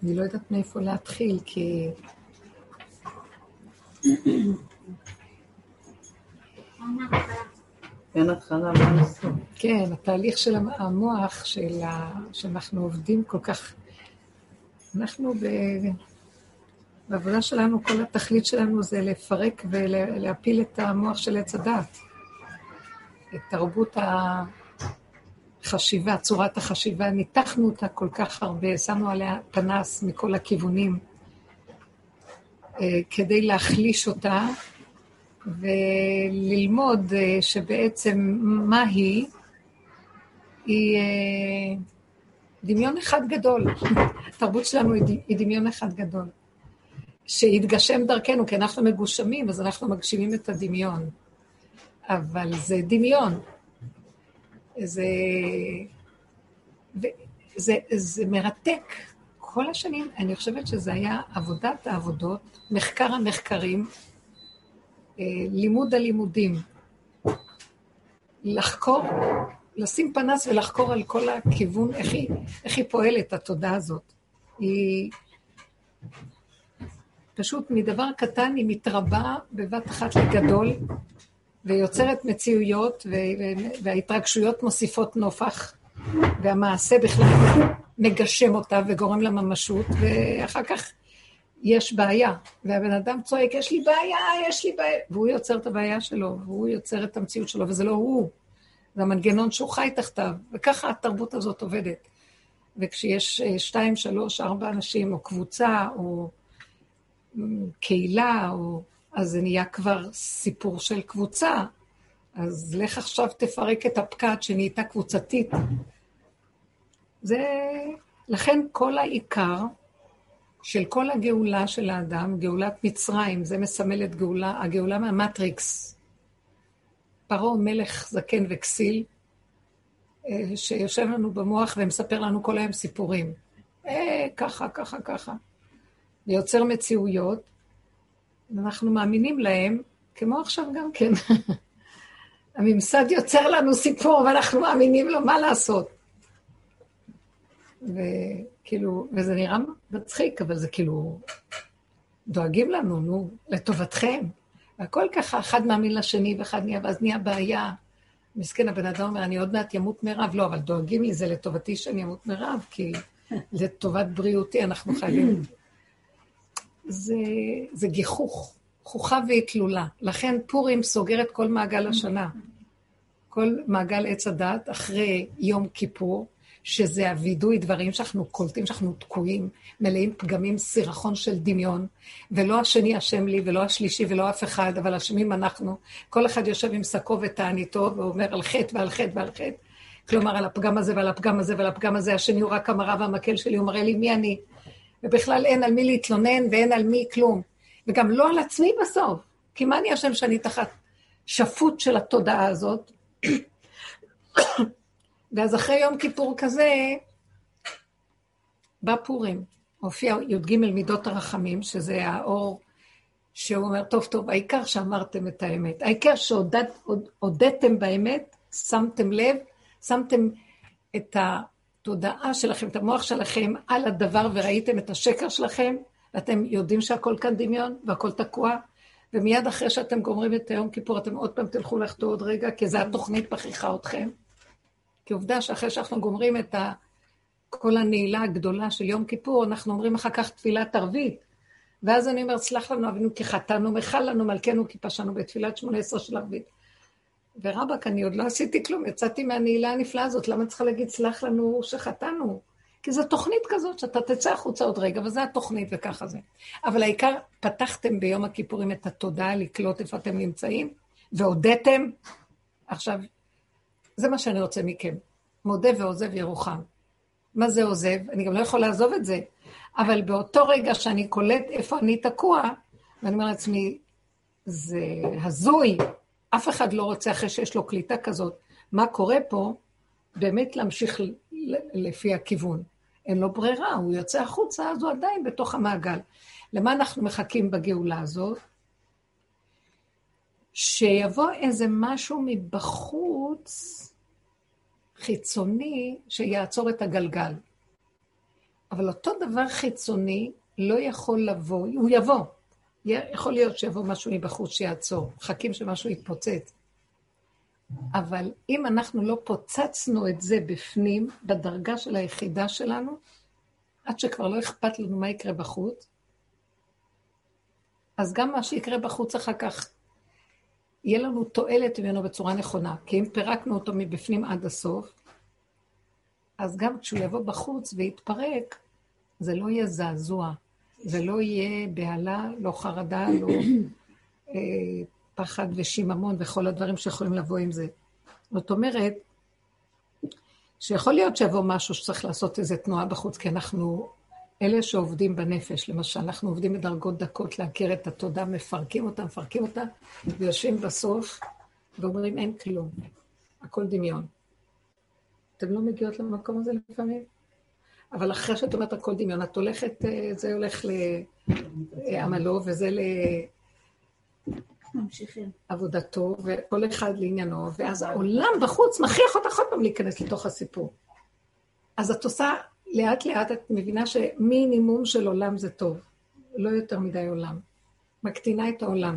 אני לא יודעת מאיפה להתחיל, כי... אין התחלה, מה נסו? כן, התהליך של המוח, שאנחנו עובדים כל כך... אנחנו בעבודה שלנו, כל התכלית שלנו זה לפרק ולהפיל את המוח של עץ הדת. את תרבות החשיבה, צורת החשיבה, ניתחנו אותה כל כך הרבה, שמנו עליה פנס מכל הכיוונים, כדי להחליש אותה, וללמוד שבעצם מה היא דמיון אחד גדול. התרבות שלנו היא דמיון אחד גדול. שיתגשם דרכנו, כי אנחנו מגושמים, אז אנחנו מגשימים את הדמיון. אבל זה דמיון. זה מרתק. כל השנים, אני חושבת שזה היה עבודת העבודות, מחקר המחקרים, לימוד הלימודים. לחקור, לשים פנס ולחקור על כל הכיוון, איך היא פועלת, התודעה הזאת. היא פשוט מדבר קטן, היא מתרבה בבת אחת לגדול, ויוצרת מציאויות, וההתרגשויות מוסיפות נופח, והמעשה בכלל מגשם אותה וגורם לממשות, ואחר כך יש בעיה, והבן אדם צועק, יש לי בעיה, והוא יוצר את הבעיה שלו, והוא יוצר את המציאות שלו, וזה לא הוא, זה המנגנון שהוא חי תחתיו, וככה התרבות הזאת עובדת. וכשיש 2, 3, 4 אנשים, או קבוצה, או קהילה, אז זה נהיה כבר סיפור של קבוצה, אז לך עכשיו תפרק את הפקד שנהייתה קבוצתית. לכן כל העיקר של כל הגאולה של האדם, גאולת מצרים, זה מסמל את הגאולה מהמטריקס. פרעה מלך זקן וכסיל, שיושב לנו במוח ומספר לנו כל היום סיפורים. ככה, ככה, ככה. ויוצר מציאויות, ואנחנו מאמינים להם, כמו עכשיו גם כן. הממסד יוצר לנו סיפור, ואנחנו מאמינים לו מה לעשות. וכאילו, וזה נראה מצחיק, אבל זה כאילו, דואגים לנו, נו, לטובתכם. והכל ככה, אחד מאמין לשני, ואחד נהיה, ואז נהיה בעיה. מסכן, הבן אדם אומר, אני עוד מעט ימות מרב. לא, אבל דואגים לי, זה לטובתי שאני ימות מרב, כי לטובת בריאותי אנחנו חייבים. זה גיחוך, חוכה והתלולה. לכן פורים סוגר את כל מעגל השנה. כל מעגל עץ הדת אחרי יום כיפור, שזה הווידוי דברים שאנחנו קולטים, שאנחנו תקועים, מלאים פגמים, סירחון של דמיון, ולא השני אשם לי, ולא השלישי, ולא אף אחד, אבל אשמים אנחנו. כל אחד יושב עם שקו ותעניתו, ואומר על חטא ועל חטא ועל חטא. כלומר, על הפגם הזה ועל הפגם הזה ועל הפגם הזה, השני הוא רק המראה והמקל שלי, הוא מראה לי מי אני. ובכלל אין על מי להתלונן ואין על מי כלום. וגם לא על עצמי בסוף. כי מה אני אשם שאני תחת שפוט של התודעה הזאת? ואז אחרי יום כיפור כזה, בא פורים. הופיע י"ג מידות הרחמים, שזה האור שהוא אומר, טוב, טוב, העיקר שאמרתם את האמת. העיקר שהודתם באמת, שמתם לב, שמתם את התודעה שלכם, את המוח שלכם על הדבר, וראיתם את השקר שלכם, ואתם יודעים שהכל כאן דמיון, והכל תקוע, ומיד אחרי שאתם גומרים את היום כיפור, אתם עוד פעם תלכו לחתור עוד רגע, כי זה התוכנית מכריחה אתכם. כי עובדה שאחרי שאנחנו גומרים את כל הנעילה הגדולה של יום כיפור, אנחנו אומרים אחר כך תפילת ערבית, ואז אני אומר, סלח לנו אבינו כי חטאנו, מחל לנו מלכנו כי פשענו בתפילת 18 של ערבית. ורבק, אני עוד לא עשיתי כלום, יצאתי מהנעילה הנפלאה הזאת, למה צריכה להגיד סלח לנו שחטאנו? כי זו תוכנית כזאת שאתה תצא החוצה עוד רגע, וזה התוכנית וככה זה. אבל העיקר, פתחתם ביום הכיפורים את התודעה לקלוט איפה אתם נמצאים, והודיתם. עכשיו, זה מה שאני רוצה מכם. מודה ועוזב ירוחם. מה זה עוזב? אני גם לא יכול לעזוב את זה. אבל באותו רגע שאני קולט איפה אני תקוע, ואני אומר לעצמי, זה הזוי. אף אחד לא רוצה אחרי שיש לו קליטה כזאת. מה קורה פה? באמת להמשיך לפי הכיוון. אין לו ברירה, הוא יוצא החוצה, אז הוא עדיין בתוך המעגל. למה אנחנו מחכים בגאולה הזאת? שיבוא איזה משהו מבחוץ חיצוני שיעצור את הגלגל. אבל אותו דבר חיצוני לא יכול לבוא, הוא יבוא. יכול להיות שיבוא משהו מבחוץ שיעצור, חכים שמשהו יתפוצץ. אבל אם אנחנו לא פוצצנו את זה בפנים, בדרגה של היחידה שלנו, עד שכבר לא אכפת לנו מה יקרה בחוץ, אז גם מה שיקרה בחוץ אחר כך, יהיה לנו תועלת ממנו בצורה נכונה, כי אם פירקנו אותו מבפנים עד הסוף, אז גם כשהוא יבוא בחוץ ויתפרק, זה לא יהיה זעזוע, זה לא יהיה בהלה, לא חרדה, לא פחד ושיממון וכל הדברים שיכולים לבוא עם זה. זאת אומרת, שיכול להיות שיבוא משהו שצריך לעשות איזו תנועה בחוץ, כי אנחנו, אלה שעובדים בנפש, למשל, אנחנו עובדים בדרגות דקות להכיר את התודה, מפרקים אותה, ויושבים בסוף, ואומרים אין כלום, הכל דמיון. אתם לא מגיעות למקום הזה לפעמים? אבל אחרי שאת אומרת הכל דמיון, את הולכת, זה הולך לעמלו, וזה לעבודתו, וכל אחד לעניינו, ואז העולם בחוץ מכריח אותך עוד פעם להיכנס לתוך הסיפור. אז את עושה, לאט לאט את מבינה שמינימום של עולם זה טוב, לא יותר מדי עולם. מקטינה את העולם.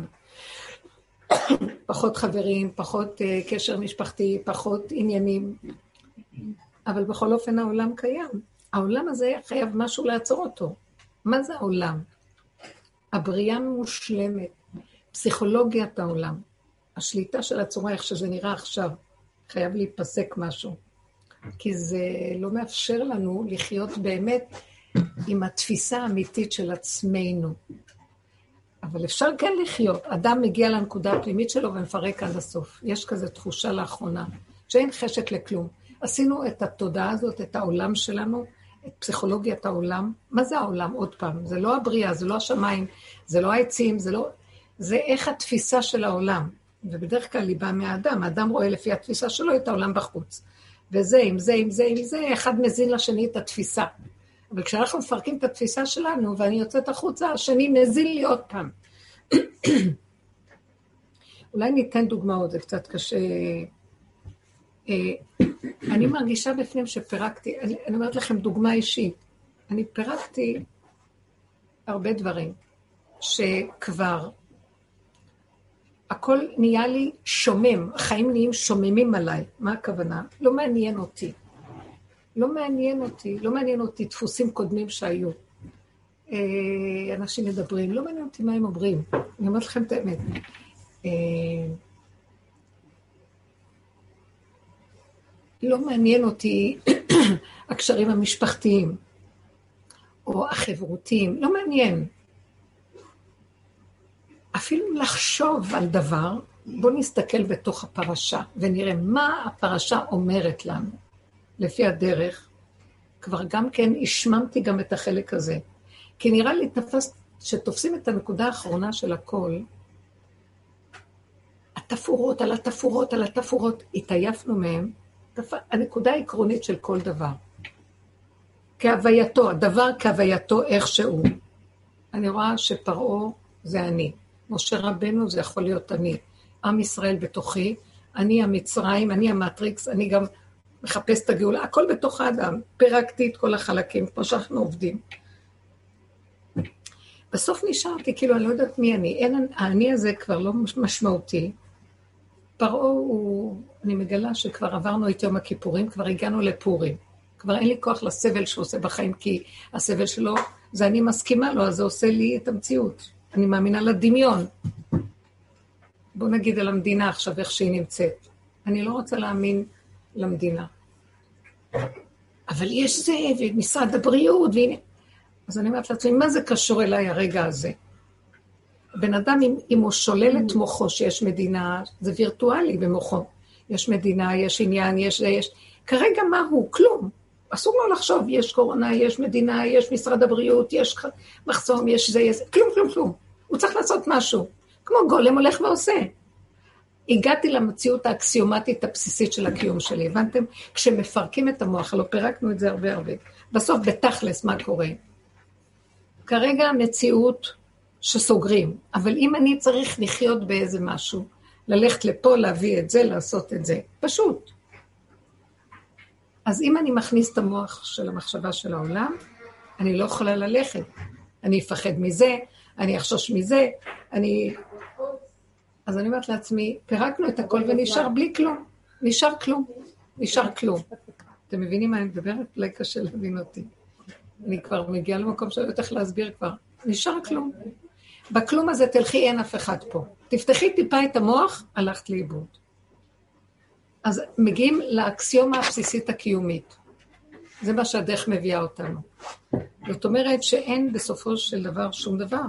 פחות חברים, פחות קשר משפחתי, פחות עניינים. אבל בכל אופן העולם קיים. העולם הזה חייב משהו לעצור אותו. מה זה העולם? הבריאה מושלמת, פסיכולוגיית העולם, השליטה של הצורה, איך שזה נראה עכשיו, חייב להיפסק משהו. כי זה לא מאפשר לנו לחיות באמת עם התפיסה האמיתית של עצמנו. אבל אפשר כן לחיות. אדם מגיע לנקודה הפנימית שלו ומפרק עד הסוף. יש כזו תחושה לאחרונה, שאין חשק לכלום. עשינו את התודעה הזאת, את העולם שלנו, את פסיכולוגיית העולם. מה זה העולם? עוד פעם, זה לא הבריאה, זה לא השמיים, זה לא העצים, זה איך התפיסה של העולם. ובדרך כלל היא באה מהאדם. האדם רואה לפי התפיסה שלו את העולם בחוץ. וזה, עם זה, אחד מזין לשני את התפיסה. אבל כשאנחנו מפרקים את התפיסה שלנו, ואני יוצאת החוצה, השני מזין לי עוד פעם. אולי ניתן דוגמאות, זה קצת קשה. אני מרגישה בפנים שפירקתי, אני אומרת לכם דוגמה אישית, אני פירקתי הרבה דברים, שכבר הכל נהיה לי שומם, החיים נהיים שוממים עליי. מה הכוונה? לא מעניין אותי. לא מעניין אותי דפוסים קודמים שהיו. אנשים מדברים, לא מעניין אותי מה הם אומרים. אני אומרת לכם את האמת. לא מעניין אותי הקשרים המשפחתיים, או החברותיים, לא מעניין. אפילו לחשוב על דבר, בוא נסתכל בתוך הפרשה, ונראה מה הפרשה אומרת לנו. לפי הדרך, כבר גם כן השממתי גם את החלק הזה. כי נראה לי שתופסים את הנקודה האחרונה של הכל, התפורות על התפורות, התעייפנו מהם, הנקודה העקרונית של כל דבר. כהווייתו, הדבר כהווייתו איכשהו. אני רואה שפרעה זה אני. משה רבנו זה יכול להיות אני. עם ישראל בתוכי, אני המצרים, אני המטריקס, אני גם מחפש את הגאולה, הכל בתוך האדם. פירקתי את כל החלקים, כמו שאנחנו עובדים. בסוף נשארתי, כאילו אני לא יודעת מי אני. האני הזה כבר לא משמעותי. פרעה הוא, אני מגלה שכבר עברנו את יום הכיפורים, כבר הגענו לפורים. כבר אין לי כוח לסבל שהוא עושה בחיים, כי הסבל שלו, זה אני מסכימה לו, אז זה עושה לי את המציאות. אני מאמינה לדמיון. בוא נגיד על המדינה עכשיו, איך שהיא נמצאת. אני לא רוצה להאמין למדינה. אבל יש זה, ומשרד הבריאות, והנה. אז אני אומרת לעצמי, מה זה קשור אליי הרגע הזה? בן אדם, אם הוא שולל את מוחו שיש מדינה, זה וירטואלי במוחו. יש מדינה, יש עניין, יש... כרגע מה הוא? כלום. אסור לו לחשוב, יש קורונה, יש מדינה, יש משרד הבריאות, יש מחסום, יש זה, כלום. הוא צריך לעשות משהו. כמו גולם הולך ועושה. הגעתי למציאות האקסיומטית הבסיסית של הקיום שלי, הבנתם? כשמפרקים את המוח, לא פירקנו את זה הרבה. בסוף בתכלס מה קורה? כרגע המציאות שסוגרים, אבל אם אני צריך לחיות באיזה משהו, ללכת לפה, להביא את זה, לעשות את זה, פשוט. אז אם אני מכניס את המוח של המחשבה של העולם, אני לא יכולה ללכת. אני אפחד מזה, אני אחשוש מזה, אז אני אומרת לעצמי, פירקנו את הכל ונשאר בלי כלום. נשאר כלום. אתם מבינים מה אני מדברת? אולי קשה להבין אותי. אני כבר מגיעה למקום שאני יודעת איך להסביר כבר. נשאר כלום. בכלום הזה תלכי, אין אף אחד פה. תפתחי טיפה את המוח, הלכת לאיבוד. אז מגיעים לאקסיומה הבסיסית הקיומית. זה מה שהדרך מביאה אותנו. זאת אומרת שאין בסופו של דבר שום דבר.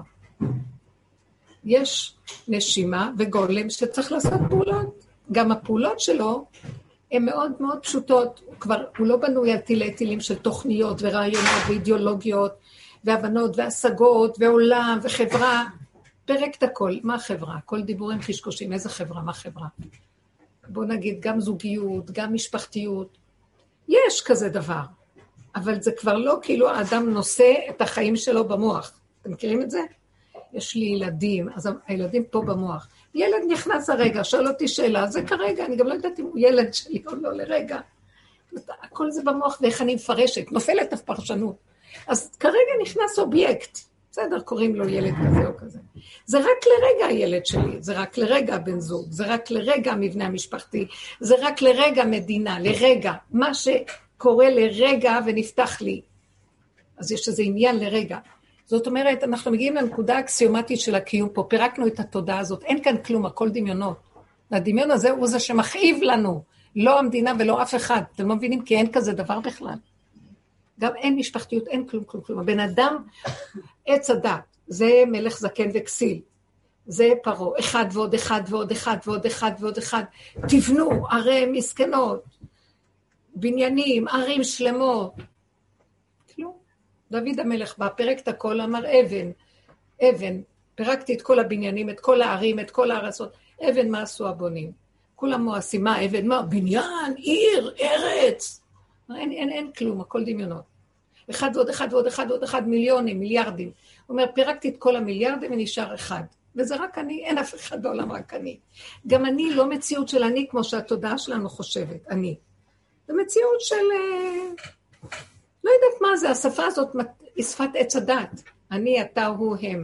יש נשימה וגולם שצריך לעשות פעולות. גם הפעולות שלו הן מאוד מאוד פשוטות. הוא לא בנוי על תילי תילים של תוכניות ורעיונות ואידיאולוגיות והבנות והשגות ועולם וחברה. פרק את הכל. מה חברה? כל דיבורים חשקושים. איזה חברה? מה חברה? בוא נגיד גם זוגיות, גם משפחתיות. יש כזה דבר. אבל זה כבר לא כאילו האדם נושא את החיים שלו במוח. אתם מכירים את זה? יש לי ילדים, אז הילדים פה במוח. ילד נכנס הרגע, שואל אותי שאלה, זה כרגע, אני גם לא יודעת אם הוא ילד שלי או לא לרגע. הכל זה במוח ואיך אני מפרשת, נופלת הפרשנות. אז כרגע נכנס אובייקט, בסדר, קוראים לו ילד כזה או כזה. זה רק לרגע הילד שלי, זה רק לרגע הבן זוג, זה רק לרגע המבנה המשפחתי, זה רק לרגע מדינה, לרגע, מה שקורה לרגע ונפתח לי. אז יש איזה עניין לרגע. זאת אומרת, אנחנו מגיעים לנקודה האקסיומטית של הקיום פה, פירקנו את התודעה הזאת, אין כאן כלום, הכל דמיונות. והדמיון הזה הוא זה שמכאיב לנו, לא המדינה ולא אף אחד. אתם לא מבינים? כי אין כזה דבר בכלל. גם אין משפחתיות, אין כלום, כלום, כלום. הבן אדם, עץ הדת, זה מלך זקן וכסיל. זה פרו, אחד ועוד אחד ועוד אחד ועוד אחד ועוד אחד. תבנו, ערי מסכנות, בניינים, ערים שלמות. כלום. דוד המלך בא, פרק את הכל, אמר אבן, פרקתי את כל הבניינים, את כל הערים, את כל הארצות. אבן, מה עשו הבונים? כולם מואסים, מה אבן, מה? בניין, עיר, ארץ. אין כלום, הכל דמיונות. אחד ועוד אחד ועוד אחד ועוד אחד, מיליונים, מיליארדים. הוא אומר, פירקתי את כל המיליארדים ונשאר אחד. וזה רק אני, אין אף אחד בעולם, רק אני. גם אני לא מציאות של אני, כמו שהתודעה שלנו חושבת, אני. זה מציאות של... לא יודעת מה זה, השפה הזאת היא שפת עץ הדת. אני, אתה, הוא, הם.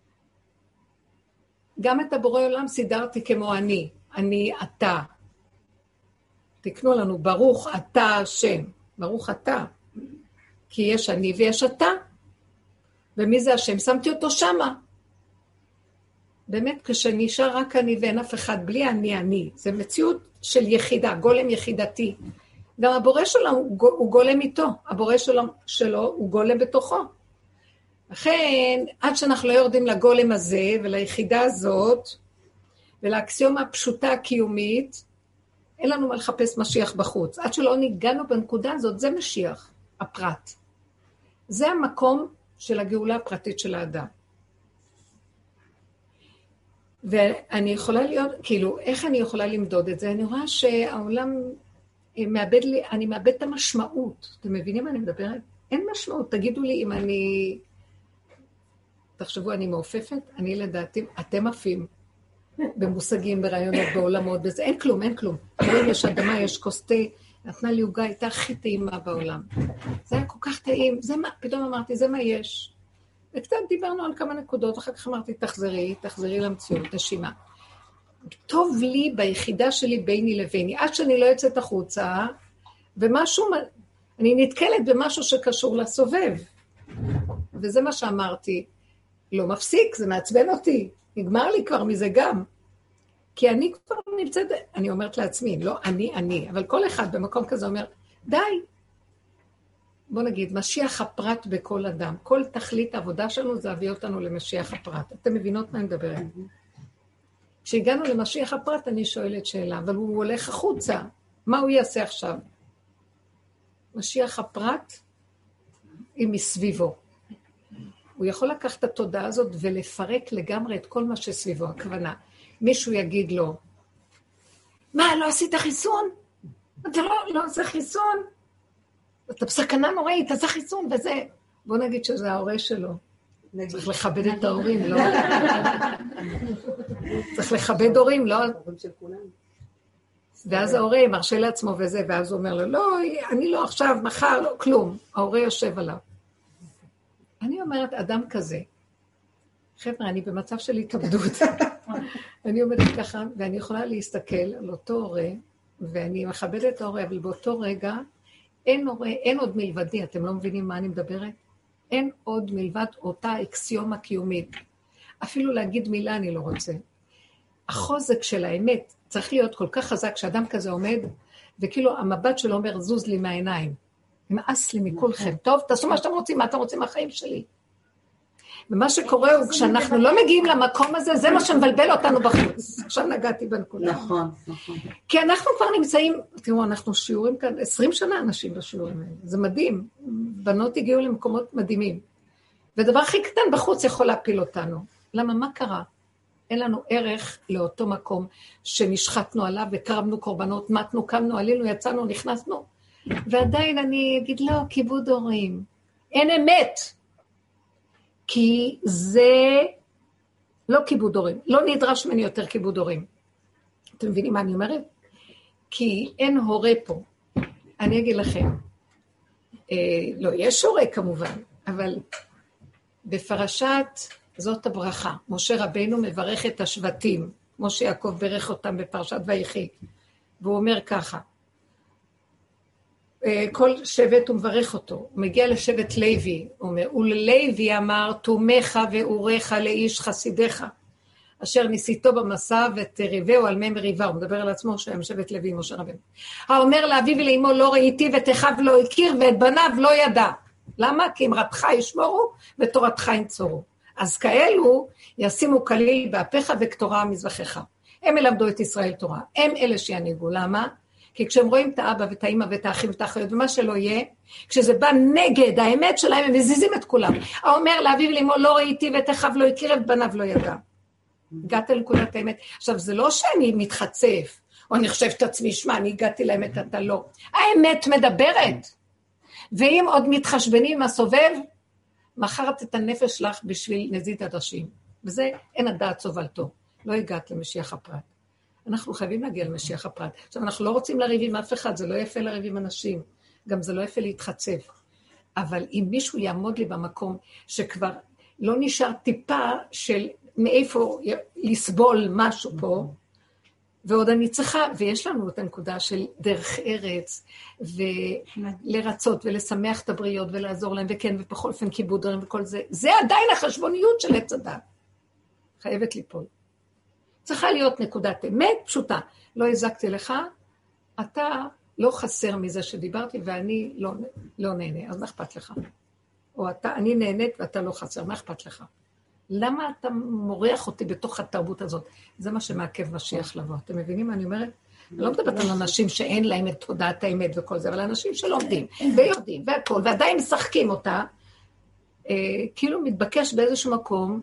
גם את הבורא עולם סידרתי כמו אני, אתה. תקנו לנו, ברוך אתה השם, ברוך אתה. כי יש אני ויש אתה. ומי זה השם? שמתי אותו שמה. באמת, כשנשאר רק אני ואין אף אחד, בלי אני. זה מציאות של יחידה, גולם יחידתי. גם הבורא שלו הוא גולם איתו, הבורא שלו הוא גולם בתוכו. לכן, עד שאנחנו לא יורדים לגולם הזה וליחידה הזאת, ולאקסיומה הפשוטה הקיומית, אין לנו מה לחפש משיח בחוץ. עד שלא ניגענו בנקודה הזאת, זה משיח, הפרט. זה המקום של הגאולה הפרטית של האדם. ואני יכולה להיות, כאילו, איך אני יכולה למדוד את זה? אני רואה שהעולם מאבד לי, אני מאבד את המשמעות. אתם מבינים מה אני מדברת? אין משמעות. תגידו לי אם אני... תחשבו, אני מעופפת? אני לדעתי, אתם עפים במושגים, ברעיונות, בעולמות, בזה. אין כלום, אין כלום. יש אדמה, יש כוסתי, נתנה לי עוגה, הייתה הכי טעימה בעולם. זה היה כל כך טעים, זה מה, פתאום אמרתי, זה מה יש. וקצת דיברנו על כמה נקודות, אחר כך אמרתי, תחזרי למציאות, נשימה. טוב לי ביחידה שלי ביני לביני, עד שאני לא יוצאת החוצה, ומשהו, אני נתקלת במשהו שקשור לסובב. וזה מה שאמרתי, לא מפסיק, זה מעצבן אותי, נגמר לי כבר מזה גם. כי אני כבר נמצאת, אני אומרת לעצמי, לא אני, אבל כל אחד במקום כזה אומר, די. בוא נגיד, משיח הפרט בכל אדם. כל תכלית העבודה שלנו זה להביא אותנו למשיח הפרט. אתם מבינות מה אני מדברת? כשהגענו למשיח הפרט, אני שואלת שאלה, אבל הוא הולך החוצה. מה הוא יעשה עכשיו? משיח הפרט היא מסביבו. הוא יכול לקחת את התודעה הזאת ולפרק לגמרי את כל מה שסביבו, הכוונה. מישהו יגיד לו, מה, לא עשית חיסון? אתה לא עושה חיסון? אתה בסכנה נוראית, אתה עושה חיסון וזה. בוא נגיד שזה ההורה שלו. צריך לכבד את ההורים, לא? צריך לכבד הורים, לא? ואז ההורה מרשה לעצמו וזה, ואז הוא אומר לו, לא, אני לא עכשיו, מחר, לא, כלום. ההורה יושב עליו. אני אומרת, אדם כזה, חבר'ה, אני במצב של התאבדות. אני עומדת ככה, ואני יכולה להסתכל על אותו הורה, ואני מכבדת את ההורה, אבל באותו רגע, אין הורה, אין עוד מלבדי, אתם לא מבינים מה אני מדברת? אין עוד מלבד אותה אקסיומה קיומית. אפילו להגיד מילה אני לא רוצה. החוזק של האמת צריך להיות כל כך חזק, שאדם כזה עומד, וכאילו המבט שלו אומר, זוז לי מהעיניים. נמאס לי מכולכם. טוב, תעשו מה שאתם רוצים, מה אתם רוצים מהחיים שלי. ומה שקורה הוא, כשאנחנו לא מגיעים למקום הזה, זה מה שמבלבל אותנו בחוץ. עכשיו נגעתי בנקודה. נכון, נכון. כי אנחנו כבר נמצאים, תראו, אנחנו שיעורים כאן, 20 שנה אנשים בשיעורים האלה. זה מדהים. בנות הגיעו למקומות מדהימים. ודבר הכי קטן בחוץ יכול להפיל אותנו. למה? מה קרה? אין לנו ערך לאותו מקום שנשחטנו עליו וקרבנו קורבנות, מתנו, קמנו, עלינו, יצאנו, נכנסנו. ועדיין אני אגיד, לא, כיבוד הורים. אין אמת. כי זה לא כיבוד הורים. לא נדרש ממני יותר כיבוד הורים. אתם מבינים מה אני אומרת? כי אין הורה פה. אני אגיד לכם, לא, יש הורה כמובן, אבל בפרשת זאת הברכה. משה רבינו מברך את השבטים, כמו שיעקב ברך אותם בפרשת ויחי. והוא אומר ככה, כל שבט הוא מברך אותו, הוא מגיע לשבט לוי, הוא אומר, וללוי אמר, תומך ואורך לאיש חסידך, אשר ניסיתו במסע ותריבהו על מי מריבה, הוא מדבר על עצמו שהם שבט לוי משה רבינו. האומר לאביו ולאמו לא ראיתי ותכף לא הכיר ואת בניו לא ידע. למה? כי אמרתך ישמורו ותורתך ינצורו. אז כאלו ישימו כליל באפיך וכתורה מזבחיך. הם ילמדו את ישראל תורה, הם אלה שינהיגו. למה? כי כשהם רואים את האבא ואת האמא ואת האחים ואת האחיות ומה שלא יהיה, כשזה בא נגד האמת שלהם, הם מזיזים את כולם. האומר לאביו ולאמו לא ראיתי ותכף לא הכיר את בניו לא ידע. הגעת לנקודת האמת. עכשיו, זה לא שאני מתחצף, או אני חושבת את עצמי, שמע, אני הגעתי לאמת, אתה לא. האמת מדברת. ואם עוד מתחשבנים עם הסובב, מחרת את הנפש שלך בשביל נזיד עדשים. וזה אין הדעת סובלתו. לא הגעת למשיח הפרט. אנחנו חייבים להגיע למשיח הפרט. עכשיו, אנחנו לא רוצים לריב עם אף אחד, זה לא יפה לריב עם אנשים. גם זה לא יפה להתחצף. אבל אם מישהו יעמוד לי במקום שכבר לא נשאר טיפה של מאיפה לסבול משהו פה, ועוד אני צריכה, ויש לנו את הנקודה של דרך ארץ, ולרצות ולשמח את הבריות ולעזור להם, וכן, ובכל אופן כיבוד דברים וכל זה, זה עדיין החשבוניות של עץ הדת. חייבת ליפול. צריכה להיות נקודת אמת פשוטה. לא הזקתי לך, אתה לא חסר מזה שדיברתי, ואני לא נהנה, אז מה אכפת לך? או אני נהנית ואתה לא חסר, מה אכפת לך? למה אתה מורח אותי בתוך התרבות הזאת? זה מה שמעכב משיח לבוא. אתם מבינים מה אני אומרת? אני לא מדברת על אנשים שאין להם את תודעת האמת וכל זה, אבל אנשים שלומדים ויודעים והכל, ועדיין משחקים אותה, כאילו מתבקש באיזשהו מקום,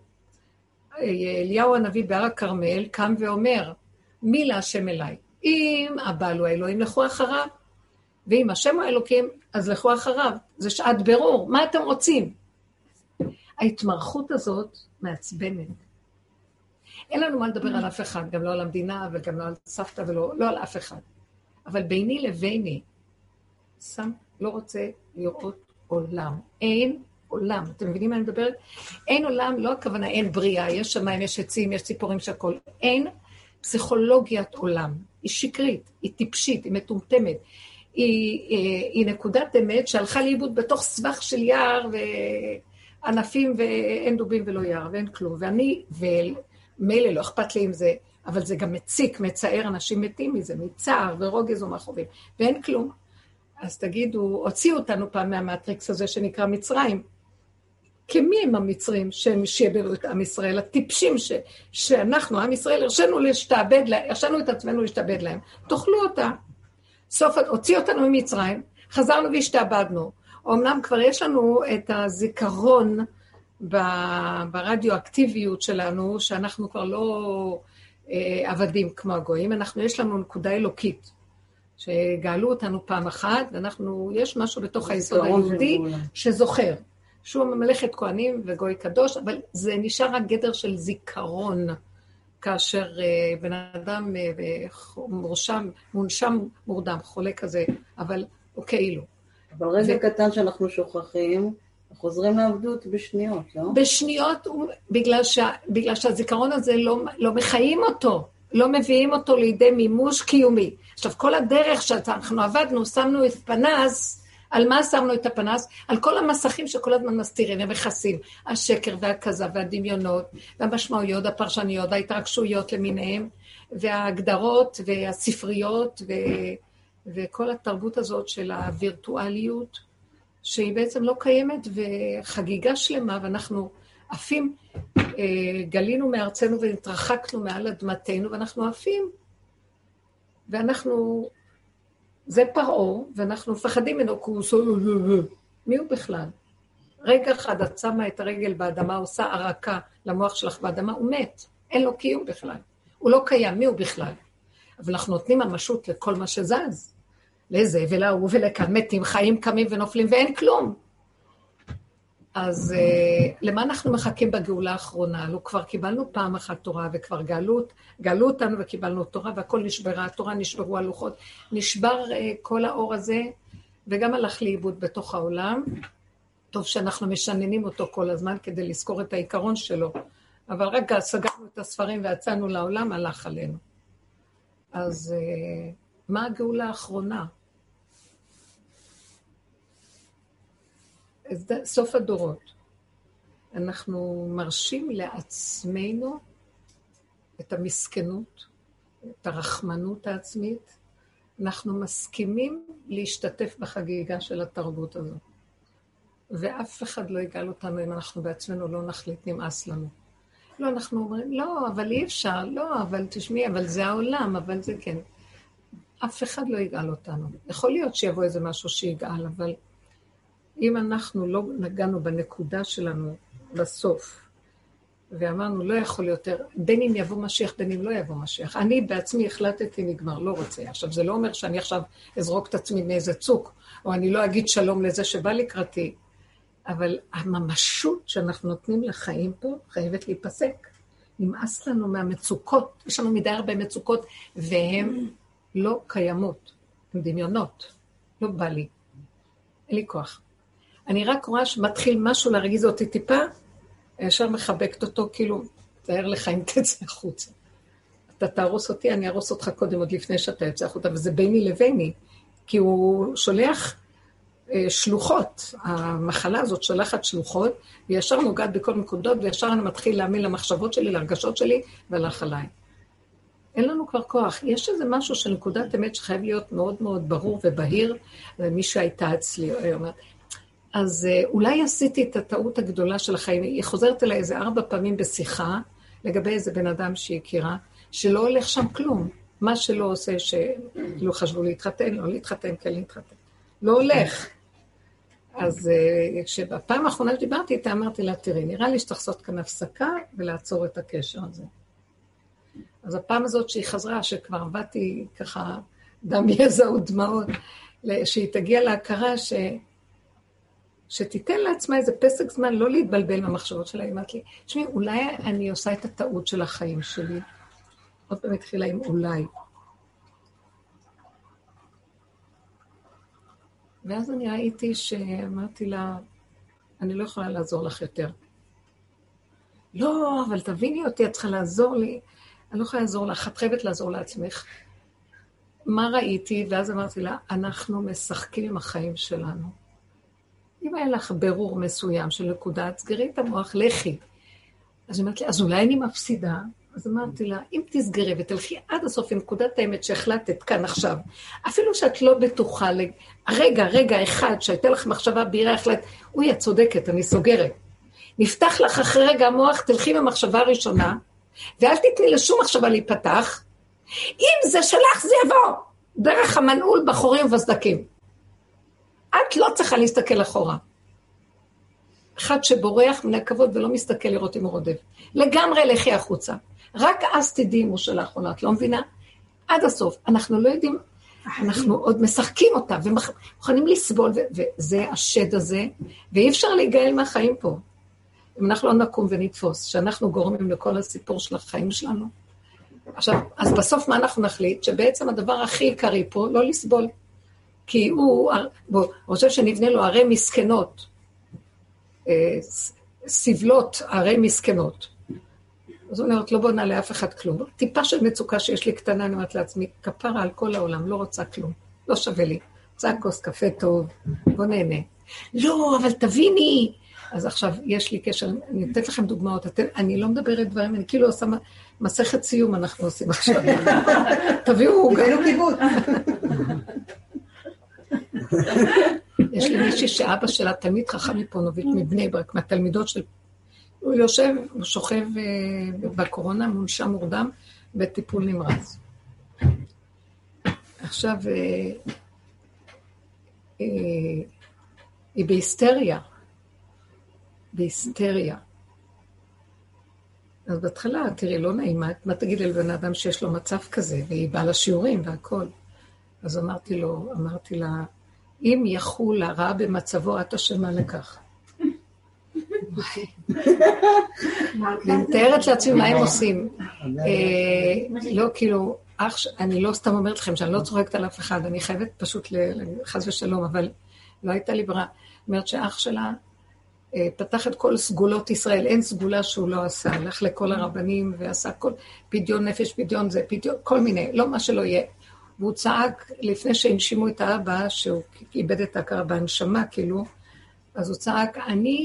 אליהו הנביא בהר הכרמל קם ואומר, מי להשם אליי? אם הבעל הוא האלוהים, לכו אחריו, ואם השם הוא האלוקים, אז לכו אחריו. זה שעת ברור. מה אתם רוצים? ההתמרחות הזאת מעצבנת. אין לנו מה לדבר על אף אחד, גם לא על המדינה, וגם לא על סבתא, ולא על אף אחד. אבל ביני לביני, לא רוצה לראות עולם. אין עולם. אתם מבינים מה אני מדברת? אין עולם, לא הכוונה, אין בריאה, יש שמיים, יש עצים, יש ציפורים שהכל. אין פסיכולוגיית עולם. היא שקרית, היא טיפשית, היא מטומטמת. היא נקודת אמת שהלכה לאיבוד בתוך סבך של יער וענפים ואין דובים ולא יער ואין כלום. ואני, ומילא לא אכפת לי עם זה, אבל זה גם מציק, מצער, אנשים מתים מזה, מצער ורוגז ומחובים, ואין כלום. אז תגידו, הוציאו אותנו פעם מהמטריקס הזה שנקרא מצרים. כי מי הם המצרים שהם שיברו את עם ישראל? הטיפשים שאנחנו, עם ישראל, הרשנו את עצמנו להשתעבד להם. תאכלו אותה. סוף, הוציא אותנו ממצרים, חזרנו והשתעבדנו. אמנם כבר יש לנו את הזיכרון ברדיואקטיביות שלנו, שאנחנו כבר לא עבדים כמו הגויים, יש לנו נקודה אלוקית, שגאלו אותנו פעם אחת, יש משהו בתוך היסוד היהודי שזוכר, שהוא ממלכת כהנים וגוי קדוש, אבל זה נשאר רק גדר של זיכרון, כאשר בן אדם מונשם מורדם, חולה כזה, אבל הוא כאילו. אבל רגע קטן שאנחנו שוכחים, חוזרים לעבדות בשניות, לא? בשניות, בגלל שהזיכרון הזה לא מחיים אותו, לא מביאים אותו לידי מימוש קיומי. עכשיו, כל הדרך שאנחנו עבדנו, שמנו את פנס, על מה שמנו את הפנס? על כל המסכים שכל הזמן מסתירים ומכסים, השקר והכזב והדמיונות, והמשמעויות, הפרשניות, ההתרגשויות למיניהם, וההגדרות והספריות, וכל התרבות הזאת של הווירטואליות, שהיא בעצם לא קיימת, וחגיגה שלמה, ואנחנו עפים, גלינו מארצנו והתרחקנו מעל אדמתנו, ואנחנו עפים, ואנחנו, זה פרעה, ואנחנו מפחדים ממנו, מי הוא בכלל? רגע אחד, את שמה את הרגל באדמה, עושה ערקה למוח שלך באדמה, הוא מת, אין לו קיום בכלל, הוא לא קיים, מי הוא בכלל? אבל אנחנו נותנים ממשות לכל מה שזז, לזה ולהוא ולכאן, מתים, חיים, קמים ונופלים, ואין כלום. אז למה אנחנו מחכים בגאולה האחרונה? לא, כבר קיבלנו פעם אחת תורה, וכבר גאלו אותנו וקיבלנו תורה, והכל נשברה, התורה נשברו הלוחות, נשבר כל האור הזה, וגם הלך לאיבוד בתוך העולם. טוב שאנחנו משננים אותו כל הזמן, כדי לזכור את העיקרון שלו. אבל רגע, סגרנו את הספרים ויצאנו לעולם, הלך עלינו. אז מה הגאולה האחרונה? סוף הדורות. אנחנו מרשים לעצמנו את המסכנות, את הרחמנות העצמית. אנחנו מסכימים להשתתף בחגיגה של התרבות הזו. ואף אחד לא יגאל אותנו אם אנחנו בעצמנו לא נחליט, נמאס לנו. לא, אנחנו אומרים, לא, אבל אי אפשר, לא, אבל תשמעי, אבל זה העולם, אבל זה כן. אף אחד לא יגאל אותנו. יכול להיות שיבוא איזה משהו שיגאל, אבל אם אנחנו לא נגענו בנקודה שלנו בסוף, ואמרנו, לא יכול יותר, בין אם יבוא משיח, בין אם לא יבוא משיח. אני בעצמי החלטתי נגמר, לא רוצה. עכשיו, זה לא אומר שאני עכשיו אזרוק את עצמי מאיזה צוק, או אני לא אגיד שלום לזה שבא לקראתי, אבל הממשות שאנחנו נותנים לחיים פה, חייבת להיפסק. נמאס לנו מהמצוקות, יש לנו מדי הרבה מצוקות, והן לא קיימות, הן דמיונות. לא בא לי, אין לי כוח. אני רק רואה שמתחיל משהו להרגיז אותי טיפה, ישר מחבקת אותו, כאילו, תאר לך אם תצא החוצה. אתה תהרוס אותי, אני ארוס אותך קודם, עוד לפני שאתה יוצא החוצה, וזה ביני לביני, כי הוא שולח שלוחות, המחלה הזאת שולחת שלוחות, וישר נוגעת בכל נקודות, וישר אני מתחיל להאמין למחשבות שלי, להרגשות שלי, והלך עליי. אין לנו כבר כוח. יש איזה משהו של נקודת אמת שחייב להיות מאוד מאוד ברור ובהיר, ומישהו הייתה אצלי, אומרת, אז אולי עשיתי את הטעות הגדולה של החיים, היא חוזרת אליי איזה 4 פעמים בשיחה, לגבי איזה בן אדם שהיא הכירה, שלא הולך שם כלום. מה שלא עושה, שלא חשבו להתחתן, לא להתחתן, כן להתחתן. לא הולך. אז כשבפעם האחרונה שדיברתי איתה, אמרתי לה, תראי, נראה לי שצריך לעשות כאן הפסקה, ולעצור את הקשר הזה. אז הפעם הזאת שהיא חזרה, שכבר עבדתי ככה, דם יזע ודמעות, שהיא תגיע להכרה שתיתן לעצמה איזה פסק זמן, לא להתבלבל מהמחשבות שלה, היא אמרת לי, תשמעי, אולי אני עושה את הטעות של החיים שלי. עוד פעם התחילה עם אולי. ואז אני ראיתי שאמרתי לה, אני לא יכולה לעזור לך יותר. לא, אבל תביני אותי, את צריכה לעזור לי. אני לא יכולה לעזור לך, את חייבת לעזור לעצמך. מה ראיתי? ואז אמרתי לה, אנחנו משחקים עם החיים שלנו. אם היה לך ברור מסוים של נקודה, תסגרי את המוח, לכי. אז אמרתי לי, אז אולי אני מפסידה? אז אמרתי לה, אם תסגרי ותלכי עד הסוף עם נקודת האמת שהחלטת כאן עכשיו, אפילו שאת לא בטוחה, רגע אחד שהייתה לך מחשבה בהירה, החלט, אוי, את צודקת, אני סוגרת. נפתח לך אחרי רגע המוח, תלכי במחשבה הראשונה, ואל תתני לשום מחשבה להיפתח. אם זה שלך, זה יבוא דרך המנעול בחורים וסדקים. את לא צריכה להסתכל אחורה. אחד שבורח מן הכבוד ולא מסתכל לראות אם הוא רודף. לגמרי לכי החוצה. רק אז תדעי אם הוא שלך או לא, את לא מבינה? עד הסוף. אנחנו לא יודעים, אנחנו עוד משחקים אותה, ומוכנים לסבול, וזה השד הזה, ואי אפשר להיגאל מהחיים פה. אם אנחנו לא נקום ונתפוס, שאנחנו גורמים לכל הסיפור של החיים שלנו. עכשיו, אז בסוף מה אנחנו נחליט? שבעצם הדבר הכי עיקרי פה, לא לסבול. כי הוא חושב שנבנה לו ערי מסכנות, סבלות, ערי מסכנות. אז הוא אומרת, לא בונה לאף אחד כלום. טיפה של מצוקה שיש לי קטנה, אני אומרת לעצמי, כפרה על כל העולם, לא רוצה כלום, לא שווה לי. רוצה כוס קפה טוב, בוא נהנה. לא, אבל תביני. אז עכשיו יש לי קשר, אני אתן לכם דוגמאות, אני לא מדברת דברים, אני כאילו עושה מסכת סיום אנחנו עושים עכשיו. תביאו, גאילו כיבוד. יש לי מישהי שאבא שלה תלמיד חכם מפונוביץ' מבני ברק, מהתלמידות של... הוא יושב, הוא שוכב בקורונה, מונשם מורדם, בטיפול נמרץ. עכשיו, היא בהיסטריה. בהיסטריה. אז בהתחלה, תראי, לא נעימה, מה תגיד לבן אדם שיש לו מצב כזה, והיא באה לשיעורים והכל. אז אמרתי לה, אם יחול הרע במצבו, את אשמה לכך. אני מתארת לעצמי מה הם עושים. לא, כאילו, אני לא סתם אומרת לכם שאני לא צוחקת על אף אחד, אני חייבת פשוט חס ושלום, אבל לא הייתה לי ברירה. אומרת שאח שלה פתח את כל סגולות ישראל, אין סגולה שהוא לא עשה, הלך לכל הרבנים ועשה כל פדיון נפש, פדיון זה, פדיון, כל מיני, לא מה שלא יהיה. והוא צעק, לפני שהנשימו את האבא, שהוא איבד את ההכרה בהנשמה, כאילו, אז הוא צעק,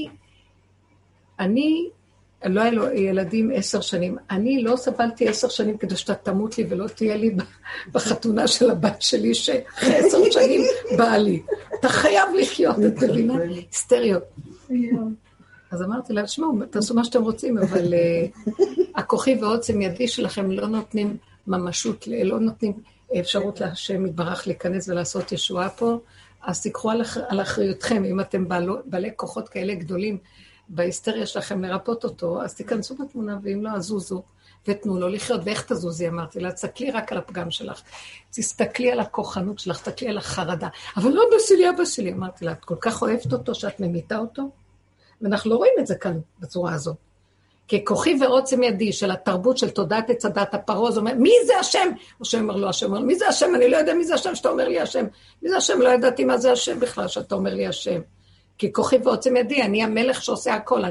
לא היה לו ילדים 10 שנים, אני לא סבלתי 10 שנים כדי שאתה תמות לי ולא תהיה לי בחתונה של הבת שלי, שאחרי 10 שנים באה לי. אתה חייב לחיות, את מבינה? היסטריות. אז אמרתי לה, שמעו, תעשו מה שאתם רוצים, אבל הכוחי ועוצם ידי שלכם לא נותנים ממשות, לא נותנים אפשרות להשם יתברך להיכנס ולעשות ישועה פה, אז תיקחו על אחריותכם, אם אתם בעלי כוחות כאלה גדולים, בהיסטריה שלכם לרפות אותו, אז תיכנסו בתמונה, ואם לא, אז זוזו, ותנו לו לחיות, ואיך תזוזי, אמרתי לה, תסתכלי רק על הפגם שלך, תסתכלי על הכוחנות שלך, תסתכלי על החרדה, אבל לא אבא שלי, אמרתי לה, את כל כך אוהבת אותו, שאת ממיתה אותו, ואנחנו לא רואים את זה כאן, בצורה הזאת, כי כוחי ועוצם ידי של התרבות של תודעת הצדת הפרוז, אומר, מי זה השם? השם אומר לו, השם אומר, מי זה השם? אני לא יודע מי זה השם שאתה אומר לי השם, מי זה השם? לא ידעתי מה זה השם בכלל, שאתה אומר לי השם. כי כוחי ועוצם ידי, אני המלך שעושה הכל,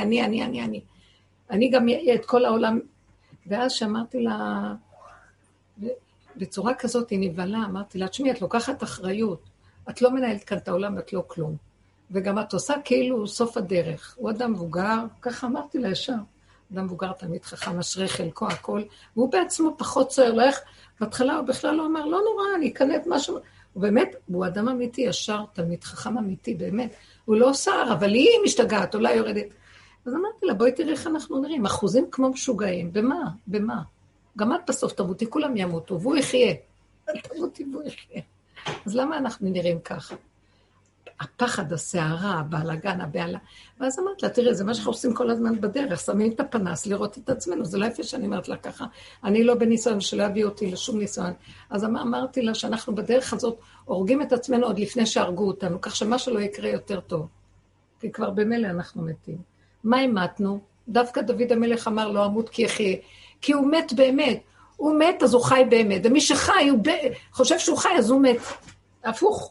אני גם את כל העולם. ואז שאמרתי לה, בצורה כזאת היא נבלה, אמרתי לה, תשמעי, את לוקחת אחריות, את לא מנהלת כאן את העולם, את לא כלום. וגם את עושה כאילו סוף הדרך. הוא אדם מבוגר, ככה אמרתי לה ישר, אדם מבוגר תמיד חכם, אשרי חלקו, הכל, והוא בעצמו פחות צוער, לא איך, בהתחלה הוא בכלל לא אמר, לא נורא, אני אקנה את משהו, ובאמת, הוא אדם אמיתי, ישר, תלמיד חכם אמיתי, באמת, הוא לא שר, אבל היא משתגעת, אולי יורדת. אז אמרתי לה, בואי תראי איך אנחנו נראים, אחוזים כמו משוגעים, במה? גם את בסוף תמותי, כולם ימותו, והוא יחיה. תמותי והוא יחיה. אז למה אנחנו נראים ככה? הפחד, הסערה, הבלגן, הבעלה. ואז אמרת לה, תראי, זה מה שאנחנו עושים כל הזמן בדרך, שמים את הפנס לראות את עצמנו, זה לא יפה שאני אומרת לה ככה, אני לא בניסיון שלא יביא אותי לשום ניסיון. אז אמרתי לה שאנחנו בדרך הזאת הורגים את עצמנו עוד לפני שהרגו אותנו, כך שמה שלא יקרה יותר טוב. כי כבר במילא אנחנו מתים. מה המתנו? דווקא דוד המלך אמר לא אמות כי יחיה, כי הוא מת באמת. הוא מת אז הוא חי באמת, ומי שחי הוא חושב שהוא חי אז הוא מת. הפוך.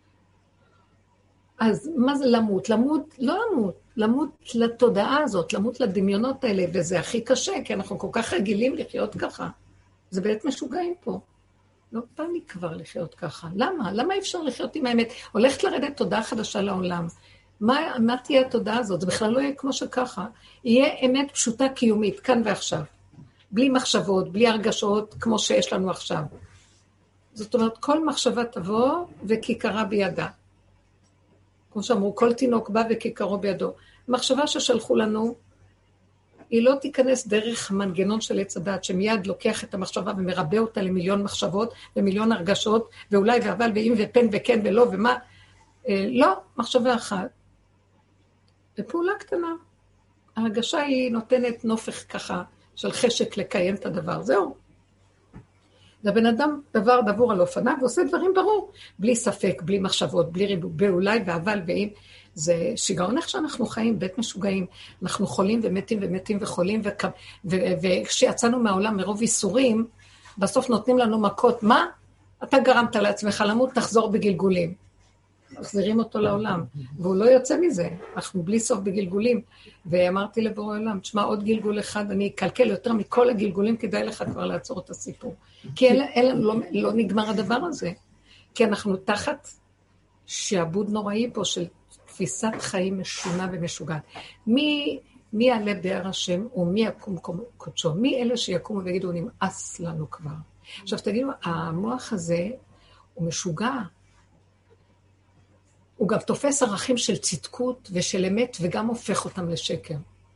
אז מה זה למות? לא למות לתודעה הזאת, למות לדמיונות האלה, וזה הכי קשה, כי אנחנו כל כך רגילים לחיות ככה. זה באמת משוגעים פה. לא בא לי כבר לחיות ככה. למה? למה אי אפשר לחיות עם האמת? הולכת לרדת תודעה חדשה לעולם. מה תהיה התודעה הזאת? זה בכלל לא יהיה כמו שככה. יהיה אמת פשוטה קיומית, כאן ועכשיו. בלי מחשבות, בלי הרגשות, כמו שיש לנו עכשיו. זאת אומרת, כל מחשבה תבוא וכיכרה בידה. כמו שאמרו, כל תינוק בא וכיכרו בידו. מחשבה ששלחו לנו, היא לא תיכנס דרך מנגנון של עץ הדת, שמיד לוקח את המחשבה ומרבה אותה למיליון מחשבות ומיליון הרגשות, ואולי ואבל ואם ופן וכן ולא ומה. לא, מחשבה אחת. בפעולה קטנה. ההרגשה היא נותנת נופך ככה של חשק לקיים את הדבר. זהו. זה בן אדם דבר דבור על אופניו, ועושה דברים ברור, בלי ספק, בלי מחשבות, בלי ריבוי, אולי ואבל ואם. זה שיגעון איך שאנחנו חיים, בית משוגעים. אנחנו חולים ומתים ומתים וחולים, וכשיצאנו מהעולם מרוב איסורים, בסוף נותנים לנו מכות. מה? אתה גרמת לעצמך למות, תחזור בגלגולים. מחזירים אותו לעולם, והוא לא יוצא מזה, אנחנו בלי סוף בגלגולים, ואמרתי לבורא עולם, תשמע עוד גלגול אחד, אני אקלקל יותר מכל הגלגולים, כדאי לך כבר לעצור את הסיפור, כי לא נגמר הדבר הזה, כי אנחנו תחת שעבוד נוראי פה של תפיסת חיים משונה ומשוגעת. מי יעלה בהר השם, או מי יקום קודשו? מי אלה שיקומו ויגידו, נמאס לנו כבר? עכשיו תגידו, המוח הזה הוא משוגע. הוא גם תופס ערכים של צדקות ושל אמת, וגם הופך אותם לשקר.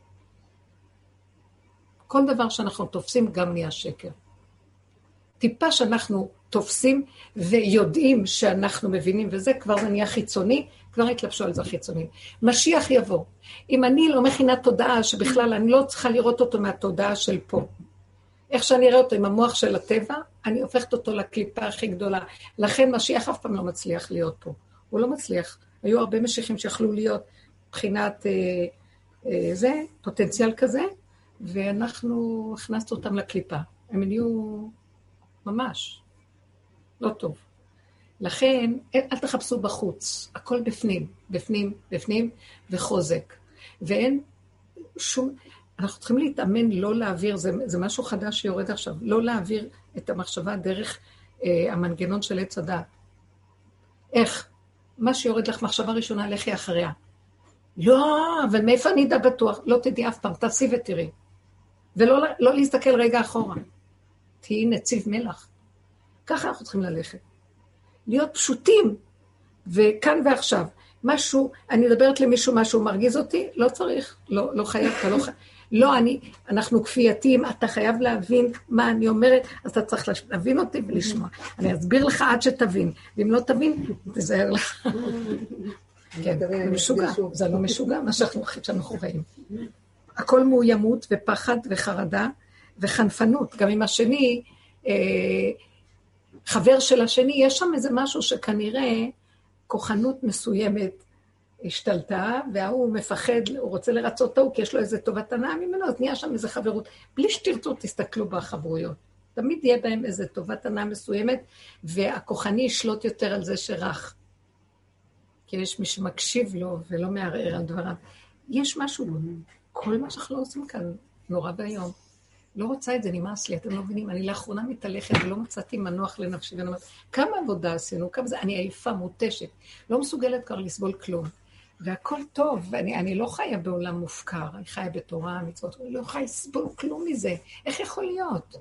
כל דבר שאנחנו תופסים גם נהיה שקר. טיפה שאנחנו תופסים ויודעים שאנחנו מבינים, וזה כבר זה נהיה חיצוני, כבר התלבשו על זה חיצוני. משיח יבוא. אם אני לא מכינה תודעה שבכלל אני לא צריכה לראות אותו מהתודעה של פה. איך שאני אראה אותו עם המוח של הטבע, אני הופכת אותו לקליפה הכי גדולה. לכן משיח אף פעם לא מצליח להיות פה. הוא לא מצליח. היו הרבה משיחים שיכלו להיות מבחינת פוטנציאל כזה, ואנחנו הכנסנו אותם לקליפה. הם נהיו ממש לא טוב. לכן, אל תחפשו בחוץ. הכל בפנים, בפנים, בפנים, וחוזק. ואין שום... אנחנו צריכים להתאמן לא להעביר, זה משהו חדש שיורד עכשיו, לא להעביר את המחשבה דרך המנגנון של עץ הדעת. איך? מה שיורד לך מחשבה ראשונה, לכי אחריה. לא, אבל מאיפה אני אדע בטוח? לא תדעי אף פעם, תעשי ותראי. ולא להסתכל רגע אחורה. תהיי נציב מלח. ככה אנחנו צריכים ללכת. להיות פשוטים, וכאן ועכשיו. משהו, אני מדברת למישהו, משהו מרגיז אותי, לא צריך, לא חייב, אתה לא חייב. לא, אנחנו כפייתיים, אתה חייב להבין מה אני אומרת, אז אתה צריך להבין אותי ולשמוע. אני אסביר לך עד שתבין, ואם לא תבין, תזהר לך. כן, זה משוגע, זה לא משוגע, מה שאנחנו חיים. הכל מאוימות ופחד וחרדה וחנפנות. גם עם השני, חבר של השני, יש שם איזה משהו שכנראה כוחנות מסוימת השתלטה, והוא מפחד, הוא רוצה לרצות אותו, כי יש לו איזה טובת הנאה ממנו, אז נהיה שם איזה חברות. בלי שתרצו, תסתכלו בחברויות. תמיד יהיה בהם איזה טובת הנאה מסוימת, והכוחני ישלוט יותר על זה שרח. כי יש מי שמקשיב לו ולא מערער על דבריו. יש משהו, כל מה שאנחנו לא עושים כאן, נורא והיום. לא רוצה את זה, נמאס לי, אתם לא מבינים, אני לאחרונה מתהלכת ולא מצאתי מנוח לנפשי, ואני אומרת, כמה עבודה עשינו, כמה זה, אני עייפה, מותשת, לא מסוגלת כבר לסבול כלום, והכל טוב, ואני לא חיה בעולם מופקר, אני חיה בתורה, מצוות, אני לא יכולה לסבול כלום מזה, איך יכול להיות?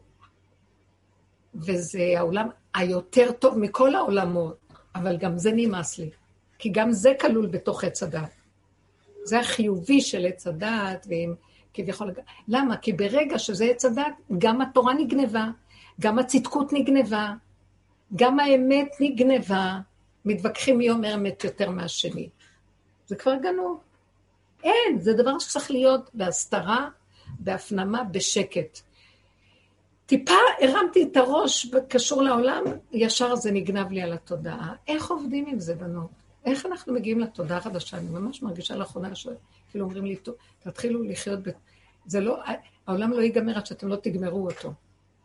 וזה העולם היותר טוב מכל העולמות, אבל גם זה נמאס לי, כי גם זה כלול בתוך עץ הדעת. זה החיובי של עץ הדעת, ועם... כביכול, למה? כי ברגע שזה עץ הדעת, גם התורה נגנבה, גם הצדקות נגנבה, גם האמת נגנבה, מתווכחים מי אומר אמת יותר מהשני. זה כבר גנוב. אין, זה דבר שצריך להיות בהסתרה, בהפנמה, בשקט. טיפה הרמתי את הראש קשור לעולם, ישר זה נגנב לי על התודעה. איך עובדים עם זה, בנות? איך אנחנו מגיעים לתודעה החדשה? אני ממש מרגישה לאחרונה כאילו אומרים לי, תתחילו לחיות, זה לא, העולם לא ייגמר עד שאתם לא תגמרו אותו.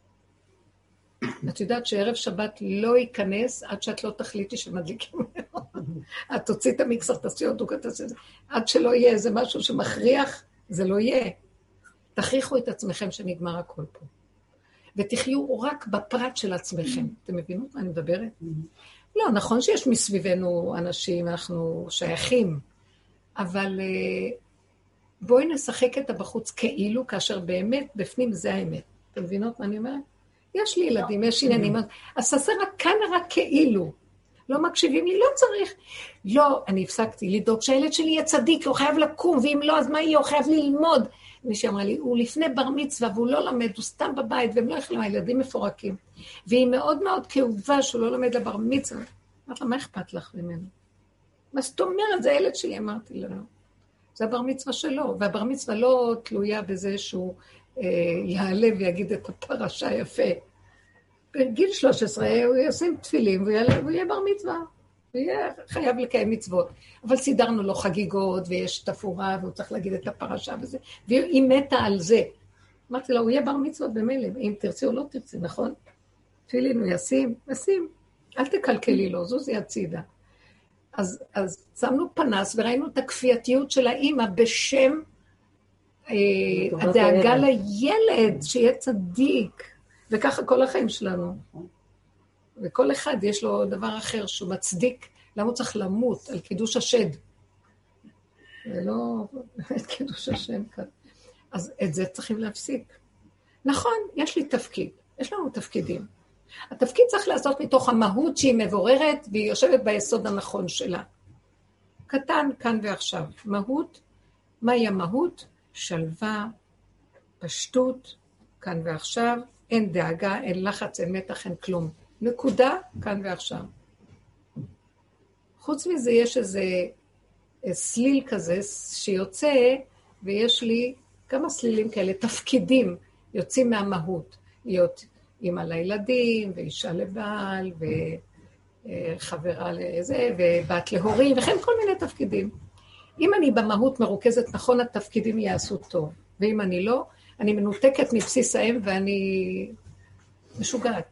את יודעת שערב שבת לא ייכנס עד שאת לא תחליטי שמדליקים מאוד. את תוציא את המיקסר, תעשי עוד דוקה, תעשי את זה. עד שלא יהיה איזה משהו שמכריח, זה לא יהיה. תכריחו את עצמכם שנגמר הכל פה. ותחיו רק בפרט של עצמכם. אתם מבינות מה אני מדברת? לא, נכון שיש מסביבנו אנשים, אנחנו שייכים, אבל בואי נשחק את הבחוץ כאילו, כאשר באמת בפנים זה האמת. אתם מבינות מה אני אומרת? יש לי ילדים, יש עניינים, אז תעשה רק כאן רק כאילו. לא מקשיבים לי, לא צריך. לא, אני הפסקתי לדאוג שהילד שלי יהיה צדיק, הוא חייב לקום, ואם לא, אז מה יהיה? הוא חייב ללמוד. מישהי אמרה לי, הוא לפני בר מצווה, והוא לא למד, הוא סתם בבית, והם לא יכולים, הילדים מפורקים. והיא מאוד מאוד כאובה שהוא לא למד לבר מצווה. אמרת לה, מה אכפת לך ממנו? מה זאת אומרת, זה הילד שלי, אמרתי לה, לא. זה הבר מצווה שלו, והבר מצווה לא תלויה בזה שהוא יעלה ויגיד את הפרשה יפה. בגיל 13 הוא ישים תפילים והוא יהיה בר מצווה, הוא יהיה חייב לקיים מצוות. אבל סידרנו לו חגיגות ויש תפורה והוא צריך להגיד את הפרשה וזה, והיא מתה על זה. אמרתי לה, הוא יהיה בר מצוות במילא, אם תרצי או לא תרצי, נכון? תפילין הוא ישים, אל תקלקלי לו, זוזי הצידה. אז שמנו פנס וראינו את הכפייתיות של האמא בשם הדאגה לילד, שיהיה צדיק. וככה כל החיים שלנו. וכל אחד יש לו דבר אחר שהוא מצדיק, למה הוא צריך למות על קידוש השד. ולא את קידוש השם כאן. אז את זה צריכים להפסיק. נכון, יש לי תפקיד, יש לנו תפקידים. התפקיד צריך לעשות מתוך המהות שהיא מבוררת, והיא יושבת ביסוד הנכון שלה. קטן, כאן ועכשיו. מהות, מהי המהות? שלווה, פשטות, כאן ועכשיו, אין דאגה, אין לחץ, אין מתח, אין כלום. נקודה, כאן ועכשיו. חוץ מזה יש איזה סליל כזה שיוצא, ויש לי כמה סלילים כאלה, תפקידים יוצאים מהמהות. להיות אמא לילדים, ואישה לבעל, וחברה לזה, ובת להורים, וכן כל מיני תפקידים. אם אני במהות מרוכזת נכון, התפקידים יעשו טוב. ואם אני לא, אני מנותקת מבסיס האם, ואני משוגעת.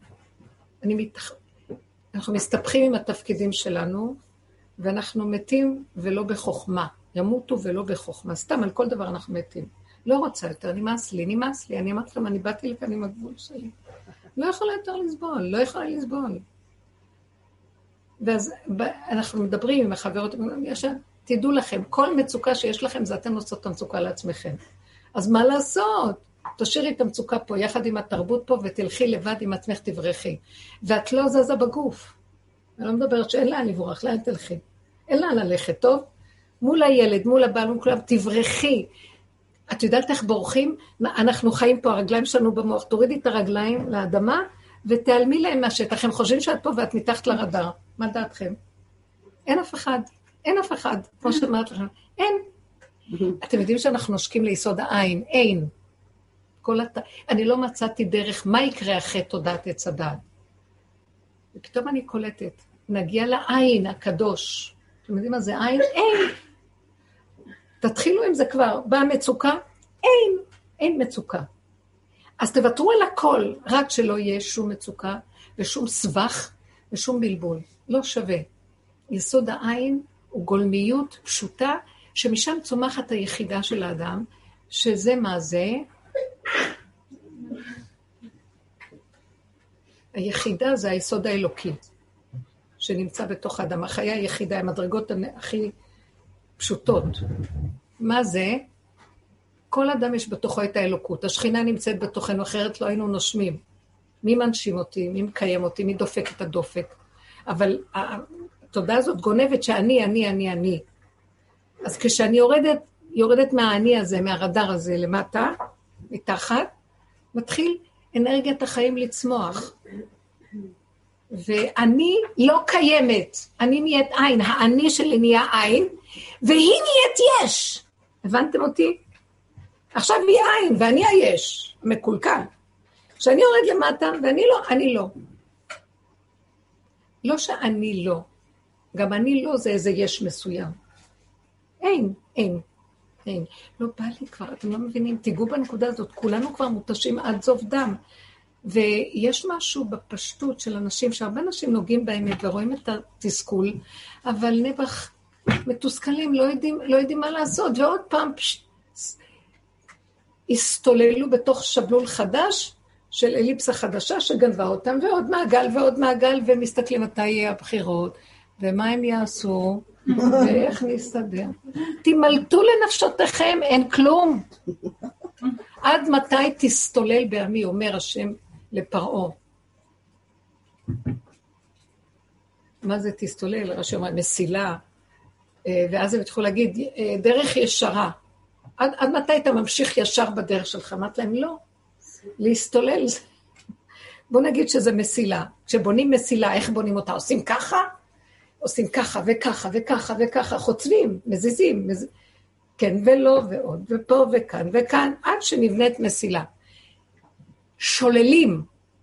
אנחנו מסתבכים עם התפקידים שלנו, ואנחנו מתים ולא בחוכמה. ימותו ולא בחוכמה. סתם, על כל דבר אנחנו מתים. לא רוצה יותר, נמאס לי. אני אמרתי לכם, אני באתי לכאן עם הגבול שלי. לא יכולה יותר לסבול. ואז אנחנו מדברים עם החברות, תדעו לכם, כל מצוקה שיש לכם, זה אתם עושות את המצוקה לעצמכם. אז מה לעשות? תשאירי את המצוקה פה, יחד עם התרבות פה, ותלכי לבד עם עצמך תברכי. ואת לא זזה בגוף. אני לא מדברת שאין לאן לברוח, לאן תלכי. אין לאן ללכת, טוב? מול הילד, מול הבעל, מול כולם, תברכי. את יודעת איך בורחים? אנחנו חיים פה, הרגליים שלנו במוח, תורידי את הרגליים לאדמה, ותעלמי להם מהשטח. הם חושבים שאת פה ואת מתחת לרדאר. מה דעתכם? אין אף אחד, כמו שאמרת לכם. אין. אתם יודעים שאנחנו נושקים ליסוד העין, אין. אני לא מצאתי דרך, מה יקרה אחרי תודעת עץ הדעת? ופתאום אני קולטת, נגיע לעין הקדוש. אתם יודעים מה זה עין? אין. תתחילו עם זה כבר, באה מצוקה? אין מצוקה. אז תוותרו על הכל, רק שלא יהיה שום מצוקה, ושום סבך, ושום בלבול. לא שווה. יסוד העין הוא גולמיות פשוטה, שמשם צומחת היחידה של האדם, שזה מה זה? היחידה זה היסוד האלוקי, שנמצא בתוך האדם. החיה היחידה, המדרגות הכי פשוטות. מה זה? כל אדם יש בתוכו את האלוקות. השכינה נמצאת בתוכנו, אחרת לא היינו נושמים. מי מנשים אותי? מי מקיים אותי? מי דופק את הדופק? אבל התודעה הזאת גונבת שאני. אז כשאני יורדת מהאני הזה, מהרדאר הזה למטה, מתחת, מתחיל אנרגיית החיים לצמוח. ואני לא קיימת. אני נהיית עין. האני שלי נהיה עין, והיא נהיית יש. הבנתם אותי? עכשיו היא עין, ואני היש, מקולקל. כשאני יורד למטה, ואני לא, אני לא. לא שאני לא. גם אני לא, זה איזה יש מסוים. אין. לא בא לי כבר, אתם לא מבינים, תיגעו בנקודה הזאת, כולנו כבר מותשים עד זוב דם. ויש משהו בפשטות של אנשים, שהרבה אנשים נוגעים באמת ורואים את התסכול, אבל נבח מתוסכלים, לא יודעים מה לעשות, ועוד פעם הסתוללו בתוך שבלול חדש, של אליפסה חדשה שגנבה אותם, ועוד מעגל, ומסתכלים מתי יהיה הבחירות, ומה הם יעשו, ואיך נסתדר. תמלטו לנפשותיכם, אין כלום. עד מתי תסתולל בעמי, אומר השם לפרעה. מה זה תסתולל? השם אומר, מסילה. ואז הם התחילו להגיד, דרך ישרה. עד מתי אתה ממשיך ישר בדרך שלך? אמרת להם, לא. להסתולל. בוא נגיד שזה מסילה. כשבונים מסילה, איך בונים אותה? עושים ככה? עושים ככה וככה וככה וככה, חוצבים, מזיזים, כן ולא ועוד, ופה וכאן, עד שנבנית מסילה. שוללים.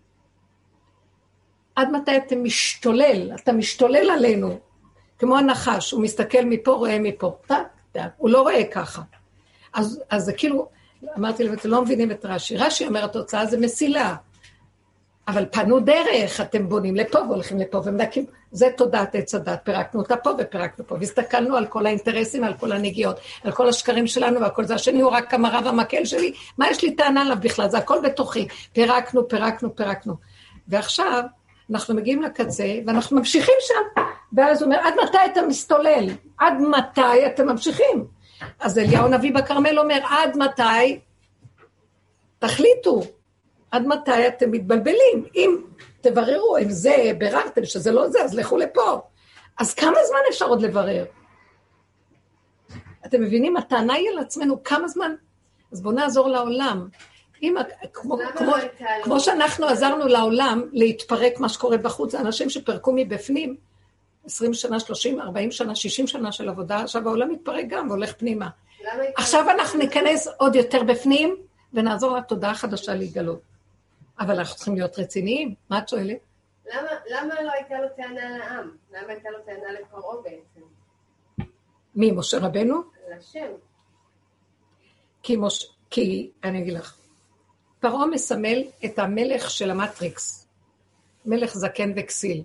עד מתי אתם משתולל? אתה משתולל עלינו, כמו הנחש, הוא מסתכל מפה, רואה מפה, הוא לא רואה ככה. אז זה כאילו, אמרתי להם, אתם לא מבינים את רש"י. רש"י אומר, התוצאה זה מסילה. אבל פנו דרך, אתם בונים לפה והולכים לפה ומדקים, זה תודעת עץ הדת, פירקנו אותה פה ופירקנו פה, והסתכלנו על כל האינטרסים, על כל הנגיעות, על כל השקרים שלנו ועל זה, השני הוא רק המראה והמקל שלי, מה יש לי טענה עליו בכלל, זה הכל בתוכי, פירקנו, ועכשיו אנחנו מגיעים לקצה, ואנחנו ממשיכים שם, ואז הוא אומר, עד מתי אתה מסתולל? עד מתי אתם ממשיכים? אז אליהו נביא בכרמל אומר, עד מתי? תחליטו, עד מתי אתם מתבלבלים? אם תבררו, אם זה בררתם שזה לא זה, אז לכו לפה. אז כמה זמן אפשר עוד לברר? אתם מבינים, הטענה היא על עצמנו, כמה זמן? אז בואו נעזור לעולם. כמו שאנחנו עזרנו לעולם להתפרק מה שקורה בחוץ, האנשים שפרקו מבפנים, 20 שנה, 30, 40 שנה, 60 שנה של עבודה, עכשיו העולם מתפרק גם והולך פנימה. עכשיו אנחנו ניכנס עוד יותר בפנים, ונעזור לתודעה החדשה להתגלות. אבל אנחנו צריכים להיות רציניים. מה את שואלת? למה לא הייתה לו טענה לעם? למה הייתה לו טענה לפרעה בעצם? מי, משה רבנו? לשם. כי אני אגיד לך, פרעה מסמל את המלך של המטריקס, מלך זקן וכסיל.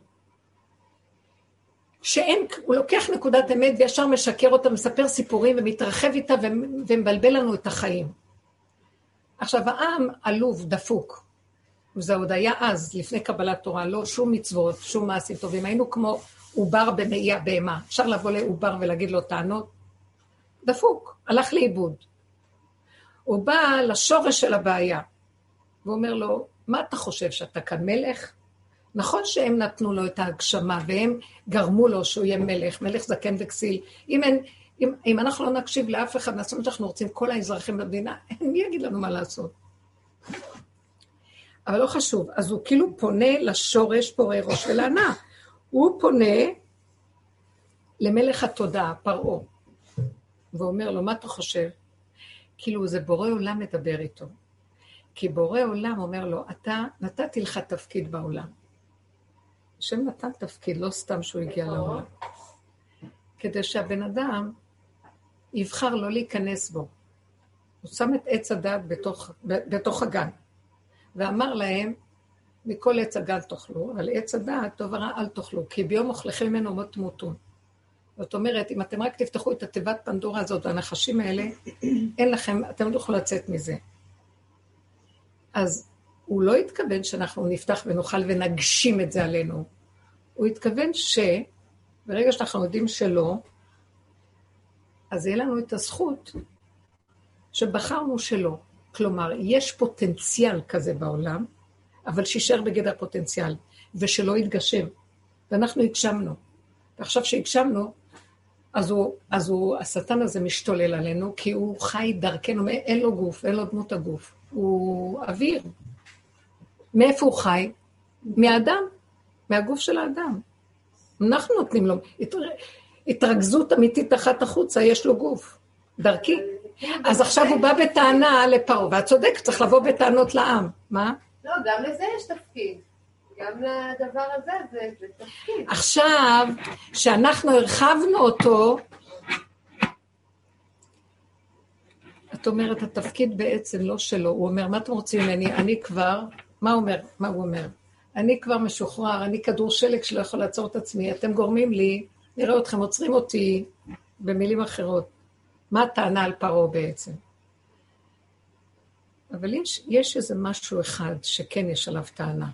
הוא לוקח נקודת אמת וישר משקר אותה, מספר סיפורים ומתרחב איתה ומבלבל לנו את החיים. עכשיו העם עלוב, דפוק, וזה עוד היה אז, לפני קבלת תורה, לא שום מצוות, שום מעשים טובים, היינו כמו עובר במאי הבהמה, אפשר לבוא לעובר ולהגיד לו טענות, דפוק, הלך לאיבוד. הוא בא לשורש של הבעיה, והוא אומר לו, מה אתה חושב שאתה כאן מלך? נכון שהם נתנו לו את ההגשמה, והם גרמו לו שהוא יהיה מלך, מלך זקן וכסיל. אם אנחנו לא נקשיב לאף אחד, נעשה מה שאנחנו רוצים, כל האזרחים במדינה, מי יגיד לנו מה לעשות? אבל לא חשוב, אז הוא כאילו פונה לשורש פורה ראש ולענה. הוא פונה למלך התודעה, פרעה, ואומר לו, מה אתה חושב? כאילו זה בורא עולם מדבר איתו. כי בורא עולם אומר לו, אתה נתתי לך תפקיד בעולם. השם נתן תפקיד, לא סתם שהוא הגיע לעולם. כדי שהבן אדם יבחר לא להיכנס בו. הוא שם את עץ הדת בתוך הגן. ואמר להם, מכל עץ הגן תאכלו, אבל עץ הדת טוב ורע אל תאכלו, כי ביום אוכלכם ממנו מות תמותון. זאת אומרת, אם אתם רק תפתחו את התיבת פנדורה הזאת, והנחשים האלה, אין לכם, אתם לא יכולים לצאת מזה. אז הוא לא התכוון שאנחנו נפתח ונאכל ונגשים את זה עלינו. הוא התכוון ברגע שאנחנו יודעים שלא, אז יהיה לנו את הזכות שבחרנו שלא. כלומר, יש פוטנציאל כזה בעולם, אבל שישאר בגדר פוטנציאל, ושלא יתגשם. ואנחנו הגשמנו. ועכשיו שהגשמנו, השטן הזה משתולל עלינו, כי הוא חי דרכנו, אין לו גוף, אין לו דמות הגוף. הוא אוויר. מאיפה הוא חי? מהאדם, מהגוף של האדם. אנחנו נותנים לו, התרכזות אמיתית אחת החוצה, יש לו גוף, דרכי. אז עכשיו הוא בא בטענה לפרעה, ואת צודק, צריך לבוא בטענות לעם. מה? לא, גם לזה יש תפקיד. גם לדבר הזה זה תפקיד. עכשיו, שאנחנו הרחבנו אותו, את אומרת, התפקיד בעצם לא שלו. הוא אומר, מה אתם רוצים ממני? אני כבר, מה הוא אומר? אני כבר משוחרר, אני כדור שלג שלא יכול לעצור את עצמי, אתם גורמים לי, נראה אתכם, עוצרים אותי במילים אחרות. מה הטענה על פרעה בעצם? אבל יש איזה משהו אחד שכן יש עליו טענה.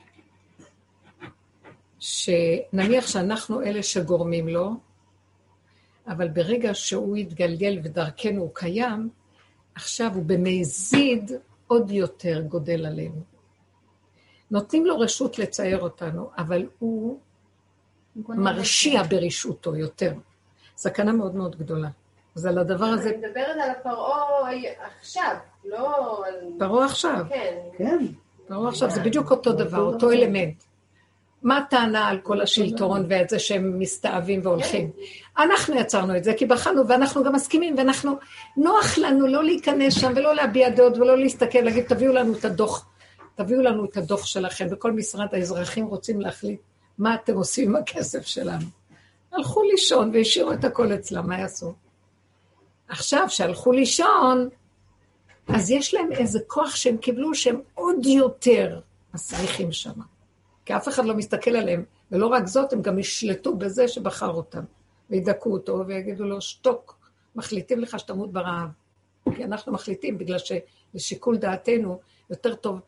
שנניח שאנחנו אלה שגורמים לו, אבל ברגע שהוא יתגלגל ודרכנו הוא קיים, עכשיו הוא במזיד עוד יותר גודל עלינו. נותנים לו רשות לצייר אותנו, אבל הוא מרשיע ברשעותו יותר. סכנה מאוד מאוד גדולה. אז על הדבר הזה... אני מדברת על הפרעה עכשיו, לא על... פרעה עכשיו. כן. פרעה עכשיו, זה בדיוק אותו דבר, אותו אלמנט. מה הטענה על כל השלטון ואת זה שהם מסתאבים והולכים? אנחנו יצרנו את זה, כי בחנו ואנחנו גם מסכימים, ואנחנו נוח לנו לא להיכנס שם ולא להביע דעות ולא להסתכל, להגיד, תביאו לנו את הדוח שלכם, וכל משרד האזרחים רוצים להחליט מה אתם עושים עם הכסף שלנו. הלכו לישון והשאירו את הכל אצלם, מה יעשו? עכשיו שהלכו לישון, אז יש להם איזה כוח שהם קיבלו שהם עוד יותר, הסריחים שם. כי אף אחד לא מסתכל עליהם, ולא רק זאת, הם גם ישלטו בזה שבחר אותם, וידקו אותו ויגידו לו, שתוק, מחליטים לך שתמות ברעב. כי אנחנו מחליטים, בגלל שלשיקול דעתנו יותר טוב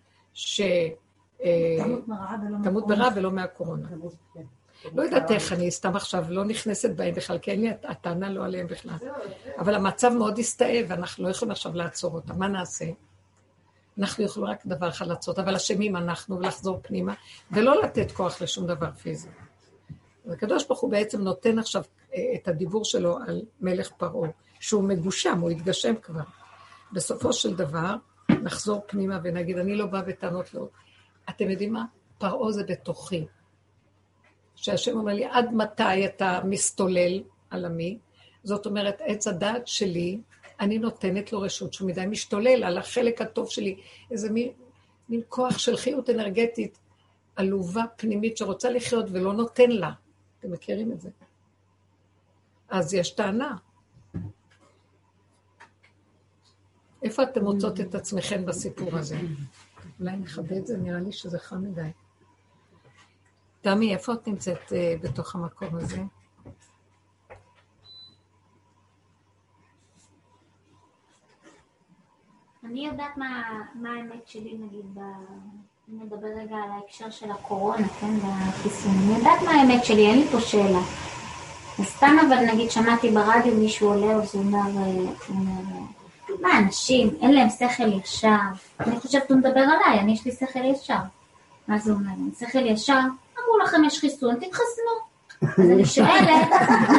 תמות ברעב ולא מהקורונה. לא יודעת איך, אני סתם עכשיו לא נכנסת בהם בכלל, כי אין לי הטענה לא עליהם בכלל. אבל המצב מאוד הסתאב, ואנחנו לא יכולים עכשיו לעצור אותה. מה נעשה? אנחנו יכולים רק דבר אחד לעצור, אבל אשמים אנחנו ולחזור פנימה, ולא לתת כוח לשום דבר פיזי. הקדוש ברוך הוא בעצם נותן עכשיו את הדיבור שלו על מלך פרעה, שהוא מגושם, הוא התגשם כבר. בסופו של דבר, נחזור פנימה ונגיד, אני לא באה בטענות לו. אתם יודעים מה? פרעה זה בתוכי. שהשם אומר לי, עד מתי אתה מסתולל על עמי? זאת אומרת, עץ הדעת שלי, אני נותנת לו רשות שהוא מדי משתולל על החלק הטוב שלי, איזה מין כוח של חיות אנרגטית, עלובה פנימית שרוצה לחיות ולא נותן לה. אתם מכירים את זה? אז יש טענה. איפה אתם מוצאות את עצמכם בסיפור הזה? אולי נכבה את זה, נראה לי שזה חם מדי. תמי, איפה את נמצאת בתוך המקום הזה? אני יודעת מה האמת שלי, נגיד, אם נדבר רגע על ההקשר של הקורונה, כן, והחיסון. אני יודעת מה האמת שלי, אין לי פה שאלה. סתם אבל נגיד שמעתי ברדיו מישהו עולה, אז הוא אומר, מה אנשים, אין להם שכל ישר. אני חושבת הוא מדבר עליי, אני יש לי שכל ישר. אז הוא אומר, שכל ישר, אמרו לכם יש חיסון, תתחסנו. אז אני שואלת.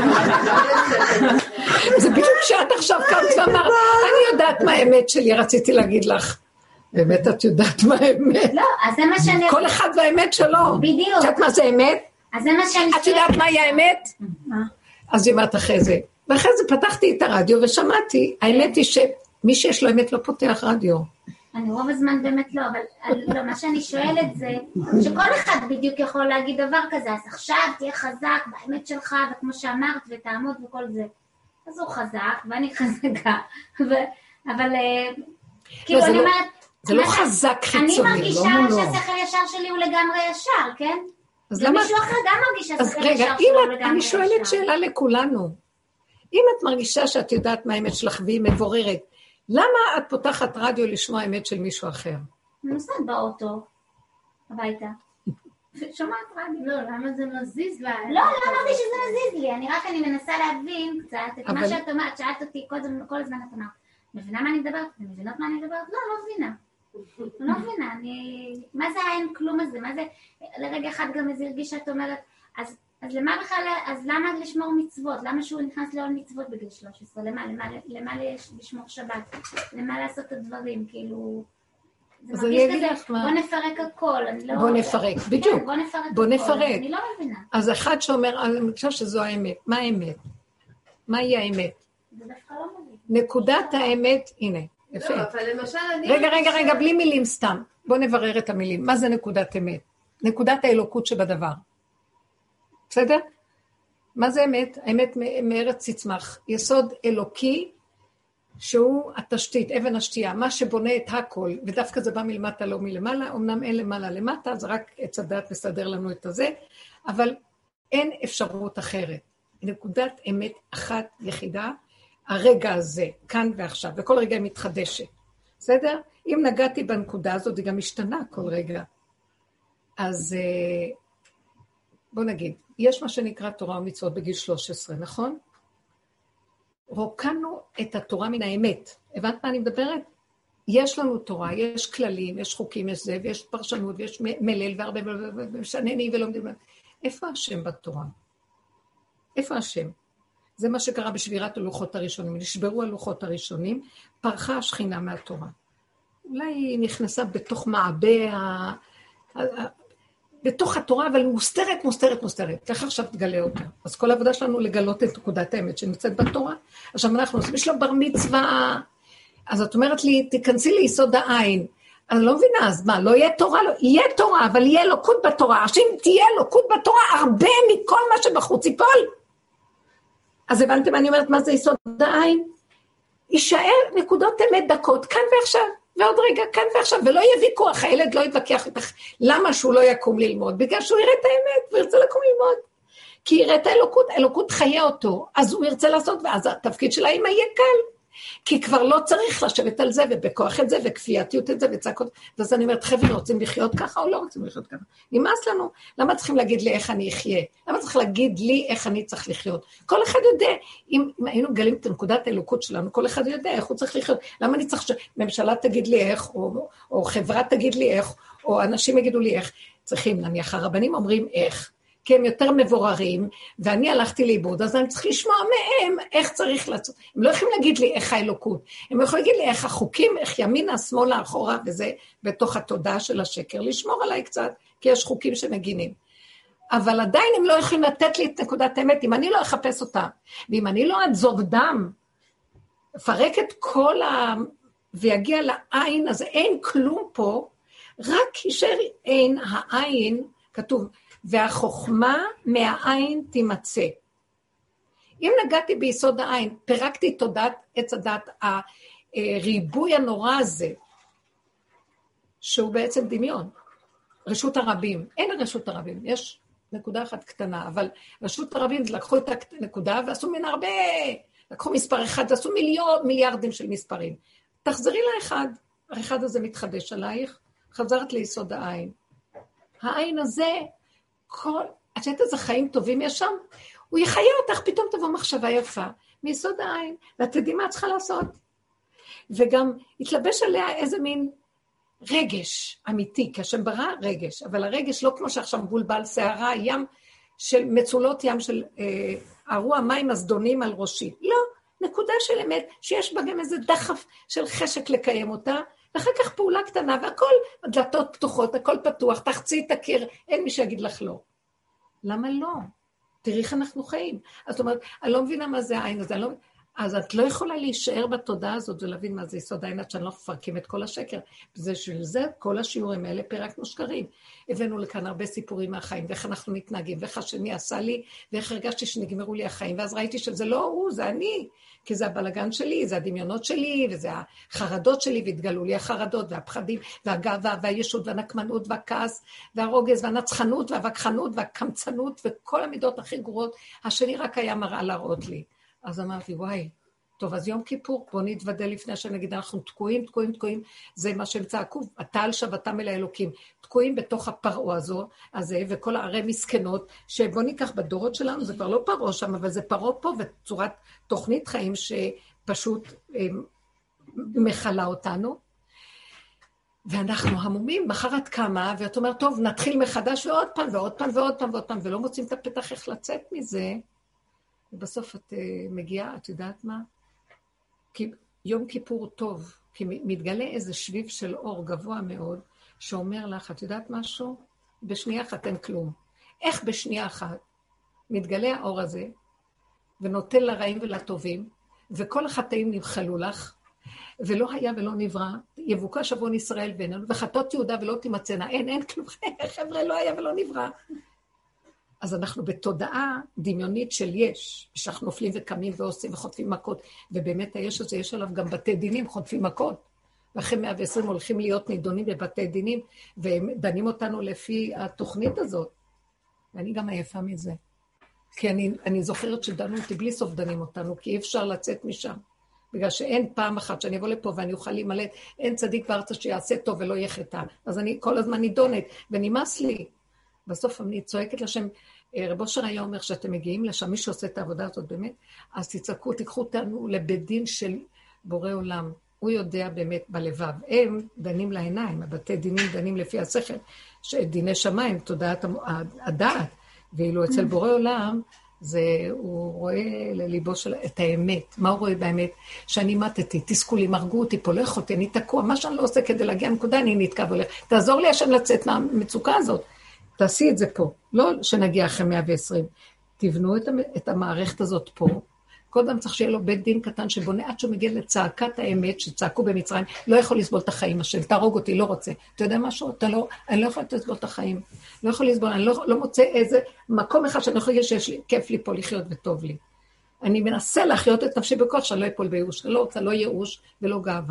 זה בדיוק שאת עכשיו קמת ואמרת, אני יודעת מה האמת שלי, רציתי להגיד לך. באמת את יודעת מה האמת. לא, אז זה מה שאני... כל אחד והאמת שלו. בדיוק. את יודעת מה זה האמת? אז זה מה שאני... את יודעת מהי האמת? מה? אז אמרת אחרי זה. ואחרי זה פתחתי את הרדיו ושמעתי. האמת היא שמי שיש לו אמת לא פותח רדיו. אני רוב הזמן באמת לא, אבל לא, מה שאני שואלת זה שכל אחד בדיוק יכול להגיד דבר כזה, אז עכשיו תהיה חזק באמת שלך, וכמו שאמרת, ותעמוד וכל זה. אז הוא חזק, ואני חזקה. אבל כאילו אני אומרת... זה לא חזק חיצוני, לא מולו. אני מרגישה שהשכל ישר שלי הוא לגמרי ישר, כן? ומישהו אחר גם מרגישה שהשכל ישר שלי הוא לגמרי ישר. אני שואלת שאלה לכולנו. אם את מרגישה שאת יודעת מה האמת שלך והיא מבוררת, למה את פותחת רדיו לשמוע האמת של מישהו אחר? אני נוסעת באוטו, הביתה. שומעת רדיו. לא, למה זה מזיז לה? לא אמרתי שזה מזיז לי, אני מנסה להבין קצת את מה שאת אומרת, שאלת אותי כל הזמן את אמרת, מבינה מה אני מדברת? אתם מבינות מה אני מדברת? לא מבינה. לא מבינה, מה זה האין כלום הזה? מה זה, לרגע אחד גם איזה הרגיש שאת אומרת, אז למה בכלל, אז למה לשמור מצוות? למה שהוא נכנס לעול מצוות בגיל 13? למה לשמור שבת? למה לעשות את הדברים? כאילו, זה מרגיש כזה, בוא נפרק הכל. בוא נפרק, בדיוק. בוא נפרק. אני לא מבינה. אז אחד שאומר, אני חושב שזו האמת. מה האמת? מהי האמת? זה דווקא לא מבין. נקודת האמת, הנה, יפה. לא, אבל למשל אני... רגע, בלי מילים סתם. בוא נברר את המילים. מה זה נקודת אמת? נקודת האלוקות שבדבר. בסדר? מה זה אמת? האמת מארץ תצמח. יסוד אלוקי, שהוא התשתית, אבן השתייה, מה שבונה את הכל, ודווקא זה בא מלמטה, לא מלמעלה, אמנם אין למעלה למטה, זה רק עץ הדעת מסדר לנו את הזה, אבל אין אפשרות אחרת. נקודת אמת אחת יחידה, הרגע הזה, כאן ועכשיו, וכל רגע היא מתחדשת. בסדר? אם נגעתי בנקודה הזאת, היא גם משתנה כל רגע. אז בוא נגיד, יש מה שנקרא תורה ומצוות בגיל 13, נכון? רוקנו את התורה מן האמת. הבנת מה אני מדברת? יש לנו תורה, יש כללים, יש חוקים, יש זה, ויש פרשנות, ויש מלל, והרבה משננים ולומדים. איפה השם בתורה? איפה השם? זה מה שקרה בשבירת הלוחות הראשונים. נשברו הלוחות הראשונים, פרחה השכינה מהתורה. אולי היא נכנסה בתוך מעבה, בתוך התורה, אבל מוסתרת. ככה עכשיו תגלה אותה. אז כל העבודה שלנו לגלות את נקודת האמת שנמצאת בתורה. עכשיו אנחנו עושים, יש לו בר מצווה. אז את אומרת לי, תיכנסי ליסוד העין. אני לא מבינה, אז מה, לא יהיה תורה? לא, יהיה תורה, אבל יהיה אלוקות בתורה. עכשיו אם תהיה אלוקות בתורה, הרבה מכל מה שבחוץ ייפול. אז הבנתם, אני אומרת, מה זה יסוד העין? יישאר נקודות אמת דקות, כאן ועכשיו, ועוד רגע כאן ועכשיו, ולא יהיה ויכוח, הילד לא יתווכח איתך, למה שהוא לא יקום ללמוד? בגלל שהוא יראה את האמת, וירצה לקום ללמוד. כי יראה את האלוקות, האלוקות חיה אותו, אז הוא ירצה לעשות, ואז התפקיד של האמא יהיה קל. כי כבר לא צריך לשבת על זה, ובכוח את זה, וכפייתיות את זה, וצעקות. ואז אני אומרת, חבר'ה, רוצים לחיות ככה או לא רוצים לחיות ככה? נמאס לנו. למה צריכים להגיד לי איך אני אחיה? למה צריך להגיד לי איך אני צריך לחיות? כל אחד יודע, אם היינו גלים את נקודת האלוקות שלנו, כל אחד יודע איך הוא צריך לחיות. למה אני צריך שממשלה תגיד לי איך, או חברה תגיד לי איך, או אנשים יגידו לי איך? צריכים, נניח, הרבנים אומרים איך. כי הם יותר מבוררים, ואני הלכתי לאיבוד, אז אני צריך לשמוע מהם איך צריך לעשות. הם לא יכולים להגיד לי איך האלוקות, הם יכולים להגיד לי איך החוקים, איך ימינה, שמאלה, אחורה, וזה בתוך התודעה של השקר, לשמור עליי קצת, כי יש חוקים שמגינים. אבל עדיין הם לא יכולים לתת לי את נקודת האמת, אם אני לא אחפש אותה, ואם אני לא אעזוב דם, אפרק את כל ויגיע לעין, אז אין כלום פה, רק יישאר אין העין, כתוב, והחוכמה מהעין תימצא. אם נגעתי ביסוד העין, פירקתי תודעת עץ הדת, הריבוי הנורא הזה, שהוא בעצם דמיון, רשות הרבים, אין רשות הרבים, יש נקודה אחת קטנה, אבל רשות הרבים לקחו את הנקודה ועשו מן הרבה, לקחו מספר אחד, ועשו מיליארדים של מספרים. תחזרי לאחד, האחד הזה מתחדש עלייך, חזרת ליסוד העין. העין הזה, את יודעת איזה חיים טובים יש שם? הוא יחיה אותך, פתאום תבוא מחשבה יפה, מיסוד העין, ואת יודעים מה את צריכה לעשות? וגם התלבש עליה איזה מין רגש אמיתי, כי השם ברא רגש, אבל הרגש לא כמו שעכשיו בולבל שערה, ים של מצולות ים של ארוע מים הזדונים על ראשי. לא, נקודה של אמת, שיש בה גם איזה דחף של חשק לקיים אותה, ואחר כך פעולה קטנה, והכל דלתות פתוחות, הכל פתוח, תחצי את הקיר, אין מי שיגיד לך לא. למה לא? תראי איך אנחנו חיים. זאת אומרת, אני לא מבינה מה זה העין הזה, אז את לא יכולה להישאר בתודעה הזאת ולהבין מה זה יסוד העין, עד שאני לא מפרקים את כל השקר. בשביל זה, כל השיעורים האלה פירקנו שקרים. הבאנו לכאן הרבה סיפורים מהחיים, ואיך אנחנו מתנהגים, ואיך השני עשה לי, ואיך הרגשתי שנגמרו לי החיים, ואז ראיתי שזה לא הוא, זה אני, כי זה הבלגן שלי, זה הדמיונות שלי, וזה החרדות שלי, והתגלו לי החרדות, והפחדים, והגאווה, והישות, והנקמנות, והכעס, והרוגז, והנצחנות, והווכחנות, והקמצנות, וכל המידות הכי גרועות, השני רק היה מראה להראות לי. אז אמרתי, וואי, טוב, אז יום כיפור, בוא נתוודא לפני שנגיד, אנחנו תקועים, זה מה שהם צעקו, אתה על שבתם אל האלוקים, תקועים בתוך הפרעה הזה, וכל הערי מסכנות, שבוא ניקח בדורות שלנו, זה כבר לא פרעה שם, אבל זה פרעה פה, וצורת תוכנית חיים שפשוט מחלה אותנו, ואנחנו המומים, מחר את קמה, ואת אומרת, טוב, נתחיל מחדש, ועוד פעם, ועוד פעם, ועוד פעם, ועוד פעם, ולא מוצאים את הפתח איך לצאת מזה, ובסוף את מגיעה, את יודעת מה? כי יום כיפור טוב, כי מתגלה איזה שביב של אור גבוה מאוד, שאומר לך, את יודעת משהו? בשנייה אחת אין כלום. איך בשנייה אחת מתגלה האור הזה, ונותן לרעים ולטובים, וכל החטאים נבחלו לך, ולא היה ולא נברא, יבוקש עוון ישראל בינינו, וחטאות יהודה ולא תימצאנה, אין כלום, חבר'ה, לא היה ולא נברא. אז אנחנו בתודעה דמיונית של יש, שאנחנו נופלים וקמים ועושים וחוטפים מכות, ובאמת היש הזה, יש עליו גם בתי דינים, חוטפים מכות, ואחרי 120 הולכים להיות נידונים בבתי דינים, והם דנים אותנו לפי התוכנית הזאת, ואני גם עייפה מזה, כי אני זוכרת שדנו אותי בלי סוף דנים אותנו, כי אי אפשר לצאת משם, בגלל שאין פעם אחת שאני אבוא לפה ואני אוכל להימלט, אין צדיק בארץ שיעשה טוב ולא יהיה חטא, אז אני כל הזמן נידונת, ונמאס לי, בסוף אני צועקת לשם, רב אושר היה אומר שאתם מגיעים לשם, מי שעושה את העבודה הזאת באמת, אז תצעקו, תיקחו אותנו לבית דין של בורא עולם, הוא יודע באמת בלבב, הם דנים לעיניים, הבתי דינים דנים לפי השכל, שדיני שמיים, תודעת הדעת, ואילו אצל בורא עולם, הוא רואה לליבו של את האמת, מה הוא רואה באמת? שאני מתתי, תסכולים, הרגו אותי פה, לא יכולתי, אני תקוע, מה שאני לא עושה כדי להגיע לנקודה, אני נתקע והולך, תעזור לי השם לצאת מהמצוקה הזאת, תעשי את זה פה, לא שנגיע אחרי 120. תבנו את המערכת הזאת פה. קודם צריך שיהיה לו בית דין קטן שבונה עד שהוא מגיע לצעקת האמת שצעקו במצרים, לא יכול לסבול את החיים, השם, תהרוג אותי, לא רוצה. אתה יודע משהו? אני לא יכול לסבול את החיים. לא יכול לסבול, אני לא מוצא איזה מקום אחד שאני יכול להגיד כיף לי פה לחיות וטוב לי. אני מנסה להחיות את נפשי בכוח שאני לא אפול בייאוש, לא רוצה, לא ייאוש ולא גאווה.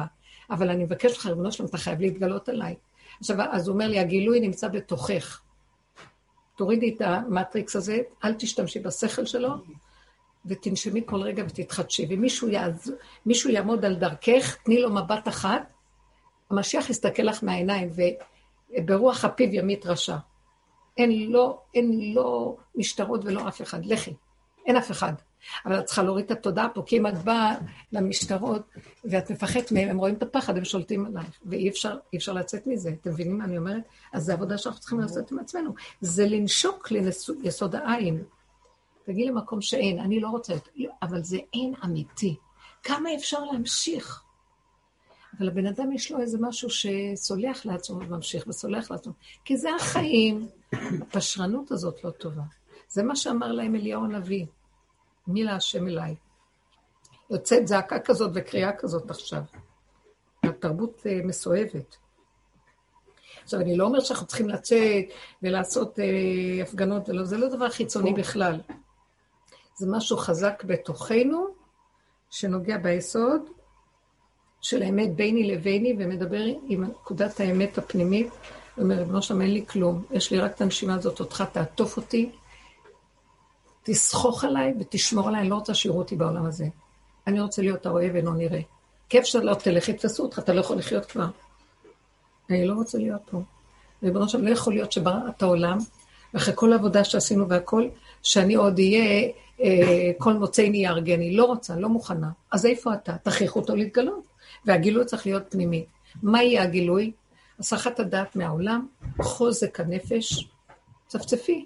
אבל אני מבקש לך, ריבונו שלום, אתה חייב להתגלות עליי. עכשיו, אז הוא אומר לי, הגילוי נמצא בתוכך. תורידי את המטריקס הזה, אל תשתמשי בשכל שלו, ותנשמי כל רגע ותתחדשי. ומישהו יעמוד על דרכך, תני לו מבט אחת, המשיח יסתכל לך מהעיניים, וברוח הפיו ימית רשע. אין לו משטרות ולא אף אחד. לכי, אין אף אחד. אבל את צריכה להוריד את התודעה פה, כי אם את באה למשטרות, ואת מפחדת מהם, הם רואים את הפחד, הם שולטים עלייך, ואי אפשר לצאת מזה. אתם מבינים מה אני אומרת? אז זה עבודה שאנחנו צריכים לעשות עם עצמנו. זה לנשוק ליסוד העין. תגיעי למקום שאין, אני לא רוצה, אבל זה אין אמיתי. כמה אפשר להמשיך? אבל הבן אדם יש לו איזה משהו שסולח לעצמו וממשיך וסולח לעצמו. כי זה החיים. הפשרנות הזאת לא טובה. זה מה שאמר להם אליהו הנביא. מי להשם אליי? יוצאת זעקה כזאת וקריאה כזאת עכשיו. התרבות מסואבת. עכשיו, אני לא אומר שאנחנו צריכים לצאת ולעשות הפגנות, זה לא דבר חיצוני בכלל. זה משהו חזק בתוכנו, שנוגע ביסוד של האמת ביני לביני, ומדבר עם נקודת האמת הפנימית, ואומר, בנו שם אין לי כלום, יש לי רק את הנשימה הזאת, אותך תעטוף אותי, תסחוך עליי ותשמור עליי, אני לא רוצה שיראו אותי בעולם הזה. אני רוצה להיות האוהב ולא נראה. כיף שאתה לא תלך, יתפסו אותך, אתה לא יכול לחיות כבר. אני לא רוצה להיות פה. ובנו שם לא יכול להיות שבראת העולם, ואחרי כל העבודה שעשינו והכל, שאני עוד אהיה, כל מוצאי נהיה ארגני, לא רוצה, לא מוכנה. אז איפה אתה? תכריח אותו להתגלות. והגילוי צריך להיות פנימי. מה יהיה הגילוי? הסחת הדעת מהעולם, חוזק הנפש, צפצפי.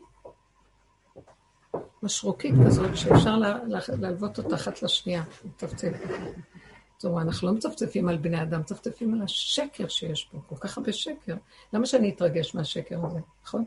משרוקית כזאת שאפשר להלוות אותה אחת לשנייה, מצפצף. זאת אומרת, אנחנו לא מצפצפים על בני אדם, מצפצפים על השקר שיש פה, כל כך הרבה שקר. למה שאני אתרגש מהשקר הזה, נכון?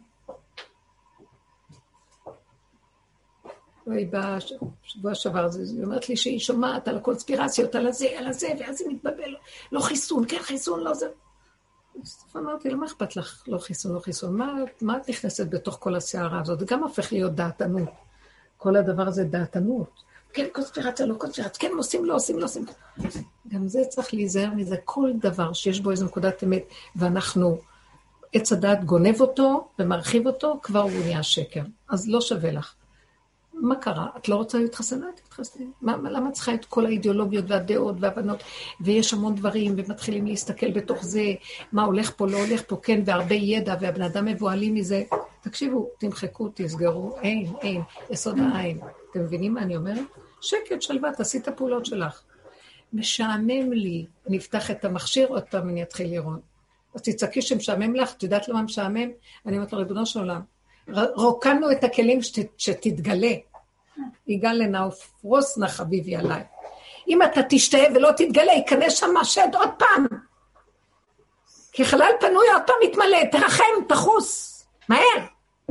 והיא באה שבוע שעבר, היא אומרת לי שהיא שומעת על הקונספירציות, על הזה, ואז היא מתבלבל, לא חיסון, כן חיסון, לא זה. אז אמרתי, למה אכפת לך לא חיסון, לא חיסון? מה את נכנסת בתוך כל הסערה הזאת? זה גם הופך להיות דעתנות. כל הדבר הזה דעתנות. כן, קונספירציה, לא קונספירציה, כן, עושים, לא עושים, לא עושים. גם זה צריך להיזהר מזה, כל דבר שיש בו איזו נקודת אמת, ואנחנו, עץ הדעת גונב אותו ומרחיב אותו, כבר הוא נהיה שקר. אז לא שווה לך. מה קרה? את לא רוצה להתחסן? תתחסני. למה צריכה את כל האידיאולוגיות והדעות והבנות, ויש המון דברים, ומתחילים להסתכל בתוך זה, מה הולך פה, לא הולך פה, כן, והרבה ידע, והבן אדם מבועלים מזה. תקשיבו, תמחקו, תסגרו, אין, יסוד העין. אתם מבינים מה אני אומרת? שקט, שלווה, תעשי את הפעולות שלך. משעמם לי, נפתח את המכשיר, עוד פעם אני אתחיל לראות. אז תצעקי שמשעמם לך, את יודעת למה משעמם? אני אומרת לו, ריבונו של עולם, רוקנו את הכלים שתתגלה. יגאל לנה ופרוס נא חביבי עליי. אם אתה תשתה ולא תתגלה, ייכנס שם השד עוד פעם. כי חלל פנוי עוד פעם מתמלא, תרחם, תחוס, מהר.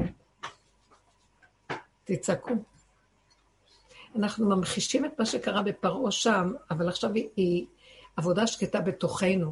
תצעקו. אנחנו ממחישים את מה שקרה בפרעה שם, אבל עכשיו היא עבודה שקטה בתוכנו.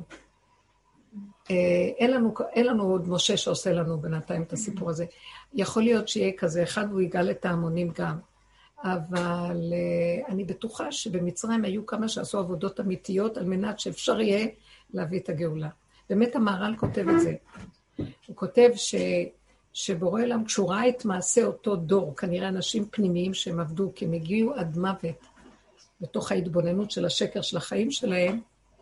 אין לנו עוד משה שעושה לנו בינתיים את הסיפור הזה. יכול להיות שיהיה כזה אחד, והוא יגאל את ההמונים גם. אבל אני בטוחה שבמצרים היו כמה שעשו עבודות אמיתיות, על מנת שאפשר יהיה להביא את הגאולה. באמת המהר"ל כותב את זה. הוא כותב שבורא עולם, כשהוא ראה את מעשה אותו דור, כנראה אנשים פנימיים שהם עבדו, כי הם הגיעו עד מוות, בתוך ההתבוננות של השקר של החיים שלהם,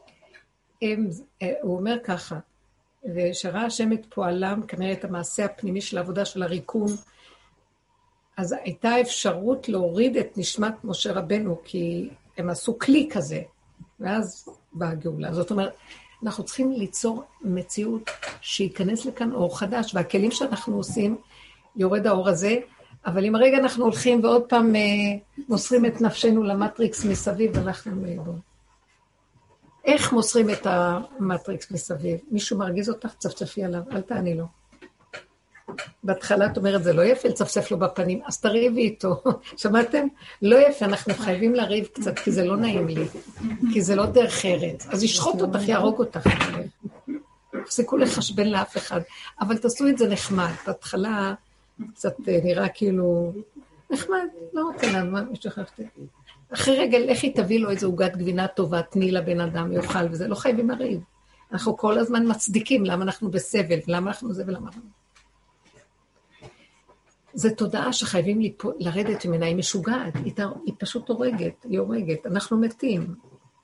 הוא אומר ככה, ושראה השם את פועלם, כנראה את המעשה הפנימי של העבודה של הריקון, אז הייתה אפשרות להוריד את נשמת משה רבנו, כי הם עשו כלי כזה, ואז באה הגאולה. זאת אומרת, אנחנו צריכים ליצור מציאות שיכנס לכאן אור חדש, והכלים שאנחנו עושים, יורד האור הזה, אבל אם הרגע אנחנו הולכים ועוד פעם מוסרים את נפשנו למטריקס מסביב, הלכנו לאיבוד. איך מוסרים את המטריקס מסביב? מישהו מרגיז אותך, צפצפי עליו, אל תעני לו. בהתחלה את אומרת, זה לא יפה, לצפצף לו בפנים, אז תריבי איתו. שמעתם? לא יפה, אנחנו חייבים לריב קצת, כי זה לא נעים לי, כי זה לא דרך ארץ. אז ישחוט אותך, יהרוג אותך. תפסיקו לחשבן לאף אחד, אבל תעשו את זה נחמד. בהתחלה קצת נראה כאילו, נחמד, לא רוצה למה, שכחתי. אחרי רגל, איך היא תביא לו איזו עוגת גבינה טובה, תני לבן אדם, יאכל וזה, לא חייבים לריב. אנחנו כל הזמן מצדיקים למה אנחנו בסבל, למה אנחנו זה ולמה אנחנו. זו תודעה שחייבים לרדת ממנה, היא משוגעת, היא פשוט הורגת, היא הורגת, אנחנו מתים.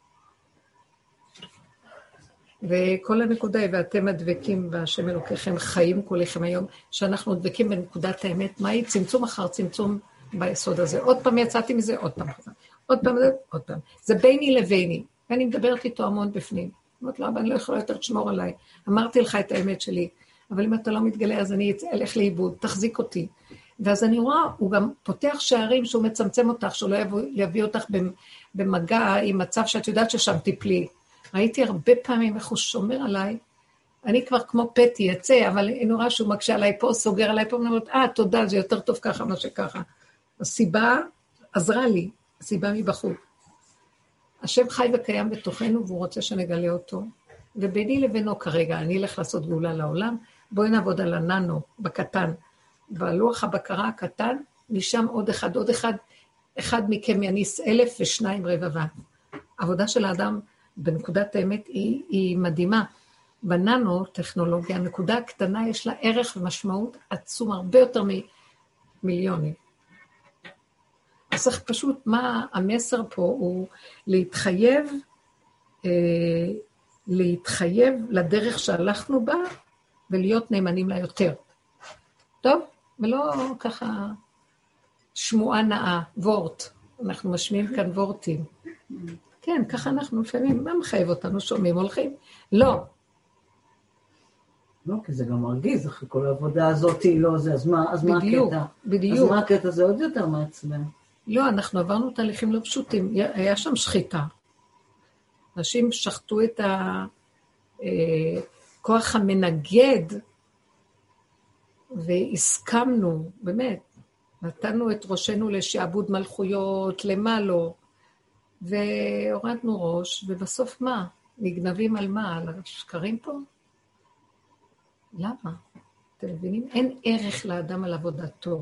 וכל הנקודה היא, ואתם הדבקים בהשם אלוקיכם, חיים כולכם היום, שאנחנו דבקים בנקודת האמת, מהי צמצום אחר צמצום ביסוד הזה. עוד פעם יצאתי מזה, עוד פעם חזר. עוד פעם זה, עוד פעם. זה ביני לביני, ואני מדברת איתו המון בפנים. אמרת לו, אבל אני לא יכולה יותר לשמור עליי. אמרתי לך את האמת שלי, אבל אם אתה לא מתגלה, אז אני אלך לאיבוד, תחזיק אותי. ואז אני רואה, הוא גם פותח שערים שהוא מצמצם אותך, שהוא לא יביא אותך במגע עם מצב שאת יודעת ששם תיפלי. ראיתי הרבה פעמים איך הוא שומר עליי, אני כבר כמו פטי יצא, אבל אני רואה שהוא מקשה עליי פה, סוגר עליי פה, ואני אומרת, תודה, זה יותר טוב ככה, מה שככה. הסיבה עזרה לי, הסיבה מבחוץ. השם חי וקיים בתוכנו, והוא רוצה שנגלה אותו, וביני לבינו כרגע, אני אלך לעשות גאולה לעולם, בואי נעבוד על הננו, בקטן, בלוח הבקרה הקטן, משם עוד אחד, אחד מכם יניס 1,000 ושניים רבבה. העבודה של האדם בנקודת האמת היא מדהימה. בננו טכנולוגיה, הנקודה הקטנה יש לה ערך ומשמעות עצום, הרבה יותר ממיליונים. אז צריך פשוט, מה המסר פה הוא להתחייב לדרך שהלכנו בה, ולהיות נאמנים לה יותר. טוב? ולא ככה שמועה נאה, וורט. אנחנו משמיעים כאן וורטים. כן, ככה אנחנו לפעמים, מה מחייב אותנו? שומעים, הולכים? לא. לא, כי זה גם מרגיז, אחרי כל העבודה הזאת, לא זה, אז מה הקטע? בדיוק. אז מה הקטע? זה עוד יותר מעצבן. לא, אנחנו עברנו תהליכים לא פשוטים. היה שם שחיטה. אנשים שחטו את הכוח המנגד, והסכמנו, באמת, נתנו את ראשנו לשעבוד מלכויות, למה לא, והורדנו ראש, ובסוף מה? נגנבים על מה? על השקרים פה? למה? אתם מבינים? אין ערך לאדם על עבודתו.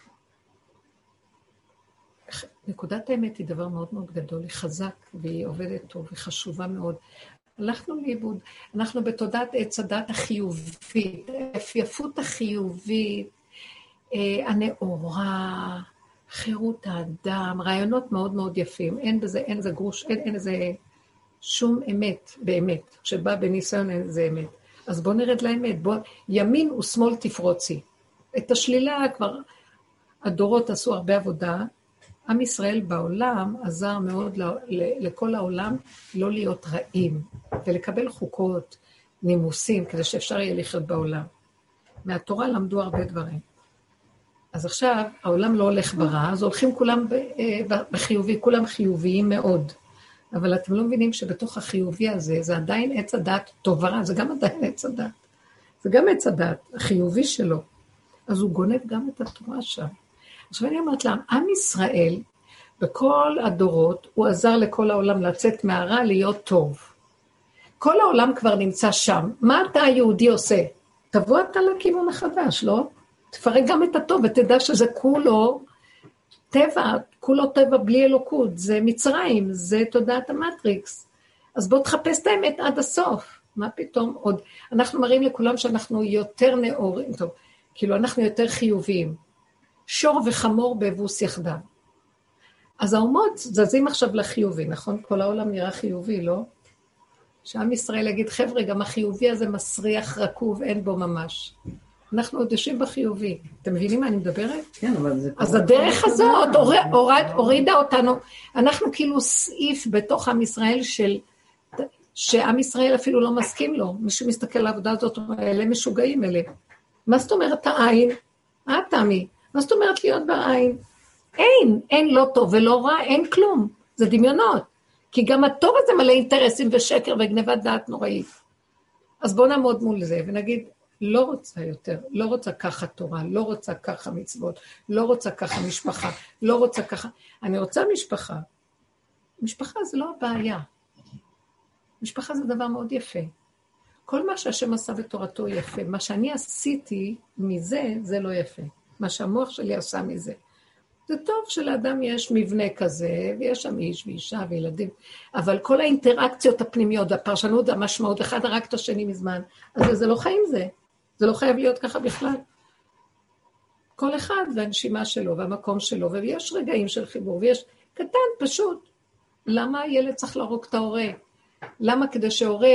נקודת האמת היא דבר מאוד מאוד גדול, היא חזק והיא עובדת טוב, היא חשובה מאוד. הלכנו לאיבוד, אנחנו בתודעת עץ הדת החיובית, היפייפות החיובית, הנאורה, חירות האדם, רעיונות מאוד מאוד יפים, אין זה גרוש, אין איזה שום אמת באמת, שבא בניסיון אין זה אמת. אז בוא נרד לאמת, ימין ושמאל תפרוצי. את השלילה כבר הדורות עשו הרבה עבודה, עם ישראל בעולם עזר מאוד לכל העולם לא להיות רעים, ולקבל חוקות, נימוסים, כדי שאפשר יהיה לחיות בעולם. מהתורה למדו הרבה דברים. אז עכשיו העולם לא הולך ברע, אז הולכים כולם בחיובי, כולם חיוביים מאוד. אבל אתם לא מבינים שבתוך החיובי הזה, זה עדיין עץ הדת טוב ורע, זה גם עדיין עץ הדת. זה גם עץ הדת, החיובי שלו. אז הוא גונב גם את התורה שם. עכשיו אני אומרת להם, עם ישראל, בכל הדורות, הוא עזר לכל העולם לצאת מהרע להיות טוב. כל העולם כבר נמצא שם. מה אתה היהודי עושה? תבוא אתה לכיוון החדש, לא? תפרק גם את הטוב ותדע שזה כולו טבע, כולו טבע בלי אלוקות. זה מצרים, זה תודעת המטריקס. אז בוא תחפש את האמת עד הסוף. מה פתאום עוד? אנחנו מראים לכולם שאנחנו יותר נאורים, טוב, כאילו אנחנו יותר חיוביים. שור וחמור באבוס יחדיו. אז האומות זזים עכשיו לחיובי, נכון? כל העולם נראה חיובי, לא? שעם ישראל יגיד, חבר'ה, גם החיובי הזה מסריח רקוב, אין בו ממש. אנחנו עוד יושבים בחיובי. אתם מבינים מה אני מדברת? כן, אבל זה... אז הדרך הזאת הורידה אותנו. אנחנו כאילו סעיף בתוך עם ישראל שעם ישראל אפילו לא מסכים לו. מי שמסתכל על העבודה הזאת, אלה משוגעים אלה. מה זאת אומרת העין? תמי. מה זאת אומרת להיות בעין? אין לא טוב ולא רע, אין כלום. זה דמיונות. כי גם הטוב הזה מלא אינטרסים ושקר וגנבת דעת נוראית. אז בואו נעמוד מול זה ונגיד, לא רוצה יותר, לא רוצה ככה תורה, לא רוצה ככה מצוות, לא רוצה ככה משפחה, לא רוצה ככה. אני רוצה משפחה. משפחה זה לא הבעיה. משפחה זה דבר מאוד יפה. כל מה שהשם עשה בתורתו יפה. מה שאני עשיתי מזה, זה לא יפה. מה שהמוח שלי עשה מזה. זה טוב שלאדם יש מבנה כזה, ויש שם איש ואישה וילדים, אבל כל האינטראקציות הפנימיות והפרשנות והמשמעות, אחד הרג את השני מזמן, אז זה לא חיים זה. זה לא חייב להיות ככה בכלל. כל אחד והנשימה שלו והמקום שלו, ויש רגעים של חיבור, ויש קטן פשוט. למה הילד צריך להרוג את ההורה? למה כדי שההורה,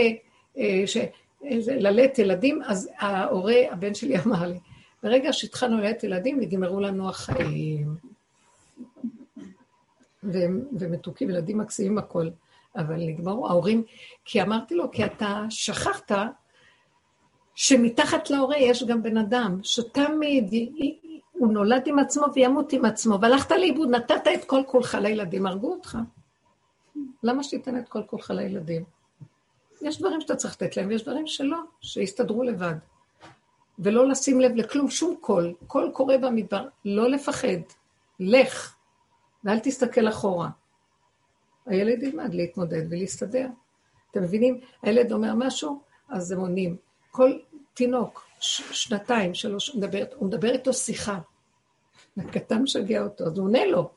ללדת ילדים, אז ההורה, הבן שלי אמר לי, ברגע שהתחלנו ללדת ילדים, נגמרו לנו החיים. ומתוקים, ילדים מקסימים הכל. אבל נגמרו ההורים, כי אמרתי לו, כי אתה שכחת, שמתחת להורה יש גם בן אדם, שתמיד הוא נולד עם עצמו וימות עם עצמו, והלכת לאיבוד, נתת את כל כולך לילדים, הרגו אותך. למה שתיתן את כל כולך לילדים? יש דברים שאתה צריך לתת להם, ויש דברים שלא, שיסתדרו לבד. ולא לשים לב לכלום, שום קול. קול קורה במדבר, לא לפחד. לך, ואל תסתכל אחורה. הילד ילמד להתמודד ולהסתדר. אתם מבינים? הילד אומר משהו, אז הם עונים. כל תינוק, 2, 3, הוא מדבר איתו שיחה. הקטן משגע אותו, אז הוא עונה לו.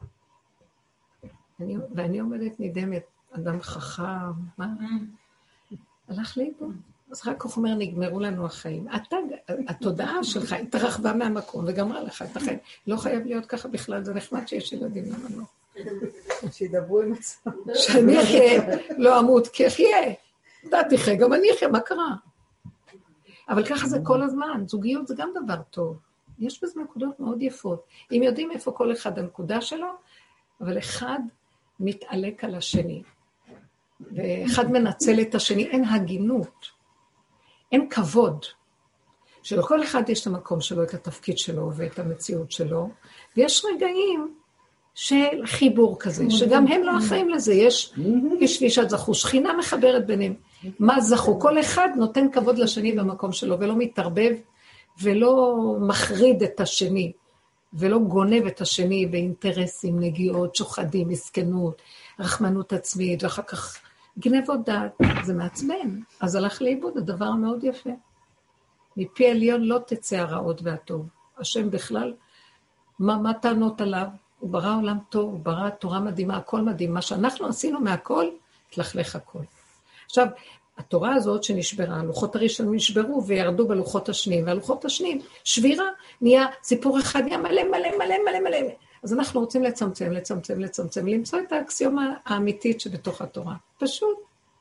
ואני עומדת נדהמת, אדם חכם, מה? הלך לאיבוד. אז רק הוא אומר, נגמרו לנו החיים. התודעה שלך התרחבה מהמקום, וגמרה לך את החיים. לא חייב להיות ככה בכלל, זה נחמד שיש ילדים, למה לא? שידברו עם עצמם. שאני אחיה, לא אמות, כי אחיה. אתה תחיה, גם אני אחיה, מה קרה? אבל ככה זה כל הזמן, זוגיות זה גם דבר טוב. יש בזה נקודות מאוד יפות. אם יודעים איפה כל אחד הנקודה שלו, אבל אחד מתעלק על השני. ואחד מנצל את השני, אין הגינות, אין כבוד. שלכל אחד יש את המקום שלו, את התפקיד שלו ואת המציאות שלו, ויש רגעים של חיבור כזה, שגם הם לא אחראים לזה, יש ואישה זכו, שכינה מחברת ביניהם. מה זכו? כל אחד נותן כבוד לשני במקום שלו, ולא מתערבב, ולא מחריד את השני, ולא גונב את השני באינטרסים, נגיעות, שוחדים, מסכנות, רחמנות עצמית, ואחר כך גנבות דעת, זה מעצבן. אז הלך לאיבוד, הדבר המאוד יפה. מפי עליון לא תצא הרעות והטוב. השם בכלל, מה טענות עליו? הוא ברא עולם טוב, הוא ברא תורה מדהימה, הכל מדהים. מה שאנחנו עשינו מהכל, תלכלך הכל. עכשיו, התורה הזאת שנשברה, הלוחות הראשונים נשברו וירדו בלוחות השניים, והלוחות השניים, שבירה, נהיה סיפור אחד, נהיה מלא מלא מלא מלא מלא. אז אנחנו רוצים לצמצם, למצוא את האקסיומה האמיתית שבתוך התורה. פשוט.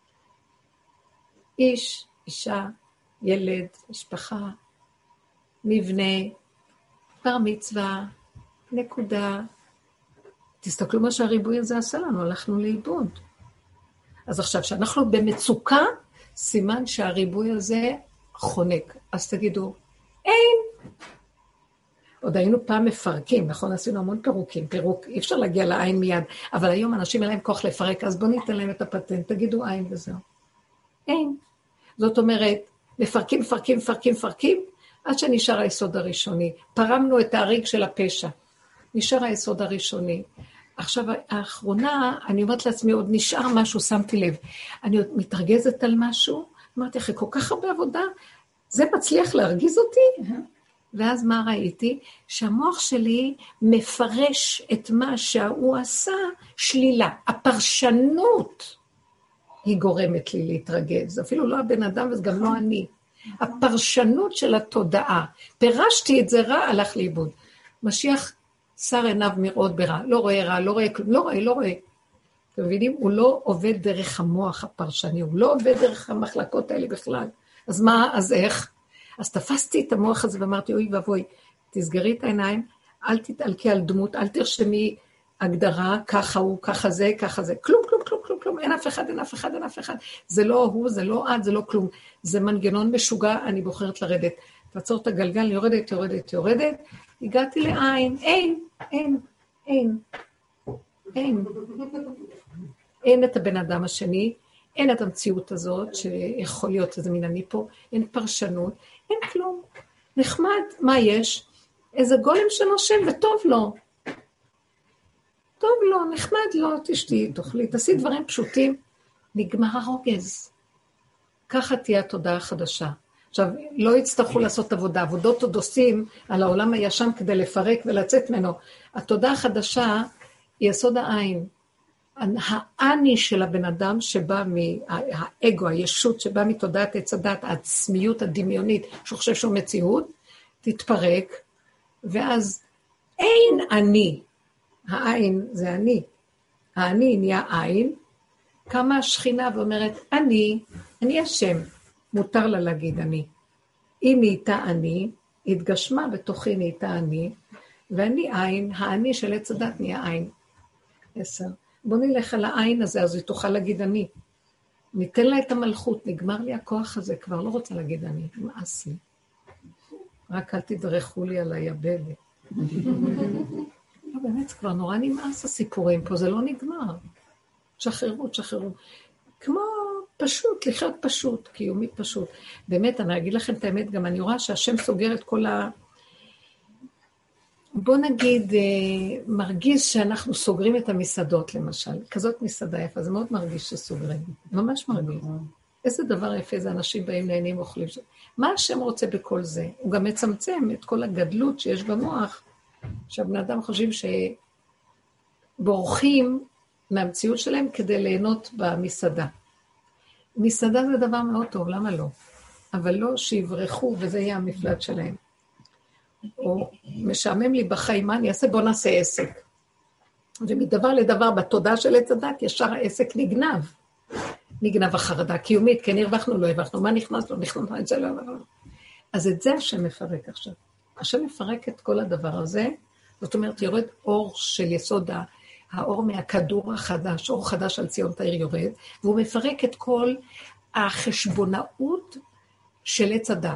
איש, אישה, ילד, משפחה, מבנה, בר מצווה, נקודה. תסתכלו מה שהריבוי הזה עשה לנו, הלכנו לאיבוד. אז עכשיו, שאנחנו במצוקה, סימן שהריבוי הזה חונק. אז תגידו, אין. עוד היינו פעם מפרקים, נכון? עשינו המון פירוק, אי אפשר להגיע לעין מיד, אבל היום אנשים אין להם כוח לפרק, אז בואו ניתן להם את הפטנט, תגידו עין וזהו. אין. זאת אומרת, מפרקים, עד שנשאר היסוד הראשוני. פרמנו את ההריג של הפשע. נשאר היסוד הראשוני. עכשיו, האחרונה, אני אומרת לעצמי, עוד נשאר משהו, שמתי לב. אני עוד מתרגזת על משהו, אמרתי, אחרי כל כך הרבה עבודה, זה מצליח להרגיז אותי? ואז מה ראיתי? שהמוח שלי מפרש את מה שהוא עשה שלילה. הפרשנות היא גורמת לי להתרגז. אפילו לא הבן אדם וגם לא אני. הפרשנות של התודעה. פירשתי את זה רע, הלך לאיבוד. משיח שר עיניו מראות ברע. לא רואה רע, לא רואה כלום. לא רואה. אתם מבינים? הוא לא עובד דרך המוח הפרשני. הוא לא עובד דרך המחלקות האלה בכלל. אז מה? אז איך? אז תפסתי את המוח הזה ואמרתי, אוי ואבוי, תסגרי את העיניים, אל תתעלקי על דמות, אל תרשמי הגדרה, ככה הוא, ככה זה, כלום, אין אף אחד. זה לא הוא, זה לא את, זה לא כלום. זה מנגנון משוגע, אני בוחרת לרדת. תעצור את הגלגל, יורדת, הגעתי לעין, אין את הבן אדם השני, אין את המציאות הזאת, שיכול להיות איזה מין אני פה, אין פרשנות, אין כלום. נחמד, מה יש? איזה גולם שנושם וטוב לו. נחמד לו, תשתי, תאכלי, תעשי דברים פשוטים, נגמר הרוגז. ככה תהיה התודעה החדשה. עכשיו, לא יצטרכו לעשות עבודה, עבודות עוד עושים על העולם הישן כדי לפרק ולצאת ממנו. התודעה החדשה היא יסוד העין. האני של הבן אדם שבא מהאגו, הישות שבא מתודעת עץ הדת, העצמיות הדמיונית, שהוא חושב שהוא מציאות, תתפרק, ואז אין אני. העין זה אני. האני נהיה עין, קמה השכינה ואומרת, אני השם, מותר לה להגיד אני. היא נהייתה אני, התגשמה בתוכי נהייתה אני, ואני עין, האני של עץ הדת נהיה עין. 10. בוא נלך על העין הזה, אז היא תוכל להגיד אני. ניתן לה את המלכות, נגמר לי הכוח הזה, כבר לא רוצה להגיד אני, נמאס לי. רק אל תדרכו לי על היבלת. לא, באמת, כבר נורא נמאס הסיפורים פה, זה לא נגמר. שחררו. כמו פשוט, לחיות פשוט, קיומית פשוט. באמת, אני אגיד לכם את האמת, גם אני רואה שהשם סוגר את כל בוא נגיד, מרגיש שאנחנו סוגרים את המסעדות, למשל. כזאת מסעדה יפה, זה מאוד מרגיש שסוגרים. ממש מרגיש. איזה דבר יפה זה, אנשים באים נהנים אוכלים. מה השם רוצה בכל זה? הוא גם מצמצם את כל הגדלות שיש במוח, שהבני אדם חושבים שבורחים מהמציאות שלהם כדי ליהנות במסעדה. מסעדה זה דבר מאוד טוב, למה לא? אבל לא שיברחו וזה יהיה המפלט שלהם. או משעמם לי בחיים, מה אני אעשה? בוא נעשה עסק. ומדבר לדבר בתודעה של עץ הדת, ישר העסק נגנב. נגנב החרדה קיומית, כן הרווחנו, לא הרווחנו, מה נכנס? לא נכנס, את זה לא הרווחנו. אז את זה השם מפרק עכשיו. השם מפרק את כל הדבר הזה, זאת אומרת, יורד אור של יסוד האור מהכדור החדש, אור חדש על ציון תאיר יורד, והוא מפרק את כל החשבונאות של עץ הדת.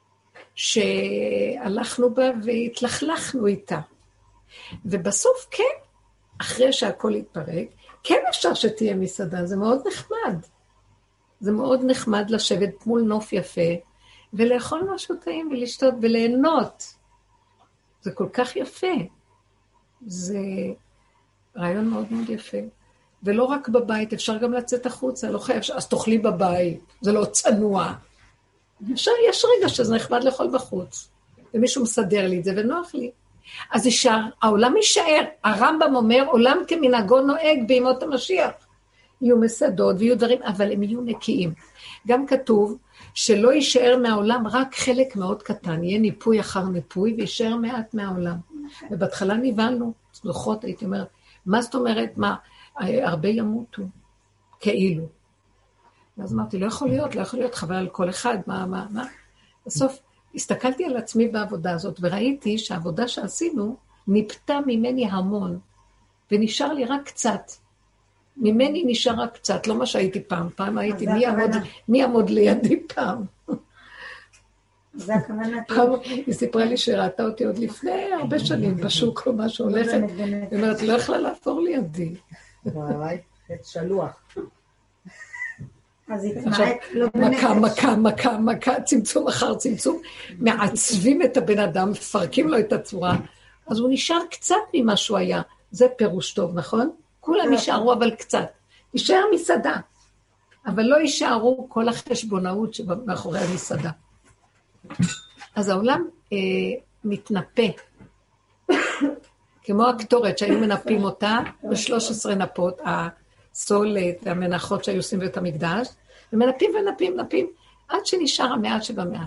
שהלכנו בה והתלכלכנו איתה. ובסוף כן, אחרי שהכל יתפרק, כן אפשר שתהיה מסעדה, זה מאוד נחמד. זה מאוד נחמד לשבת מול נוף יפה, ולאכול משהו טעים ולשתות וליהנות. זה כל כך יפה. זה רעיון מאוד מאוד יפה. ולא רק בבית, אפשר גם לצאת החוצה, לא חייב, אז תאכלי בבית, זה לא צנוע. אפשר, יש רגע שזה נחמד לאכול בחוץ, ומישהו מסדר לי את זה ונוח לי. אז העולם יישאר, הרמב"ם אומר, עולם כמנהגו נוהג בימות המשיח. יהיו מסעדות ויהיו דברים, אבל הם יהיו נקיים. גם כתוב שלא יישאר מהעולם רק חלק מאוד קטן, יהיה ניפוי אחר ניפוי, ויישאר מעט מהעולם. ובהתחלה נבהלנו, צלוחות, הייתי אומרת, מה זאת אומרת, מה, הרבה ימותו, כאילו. ואז אמרתי, לא יכול להיות, חבל על כל אחד, מה. בסוף, הסתכלתי על עצמי בעבודה הזאת, וראיתי שהעבודה שעשינו, ניפתה ממני המון, ונשאר לי רק קצת. ממני נשאר רק קצת, לא מה שהייתי פעם הייתי, מי יעמוד לידי פעם? זה הכוונה. פעם היא סיפרה לי שראתה אותי עוד לפני הרבה שנים, בשוק או משהו הולכת, היא אומרת, לא יכלה לעבור לידי. וואי, את שלוח. אז מכה, צמצום אחר צמצום, מעצבים את הבן אדם, מפרקים לו את הצורה, אז הוא נשאר קצת ממה שהוא היה. זה פירוש טוב, נכון? כולם יישארו אבל קצת. יישאר מסעדה, אבל לא יישארו כל החשבונאות שמאחורי המסעדה. אז העולם מתנפה, כמו הקטורת שהיו מנפים אותה, ב13 נפות, הסולת והמנחות שהיו עושים בית המקדש, ומנפים, עד שנשאר המעט שבמעט.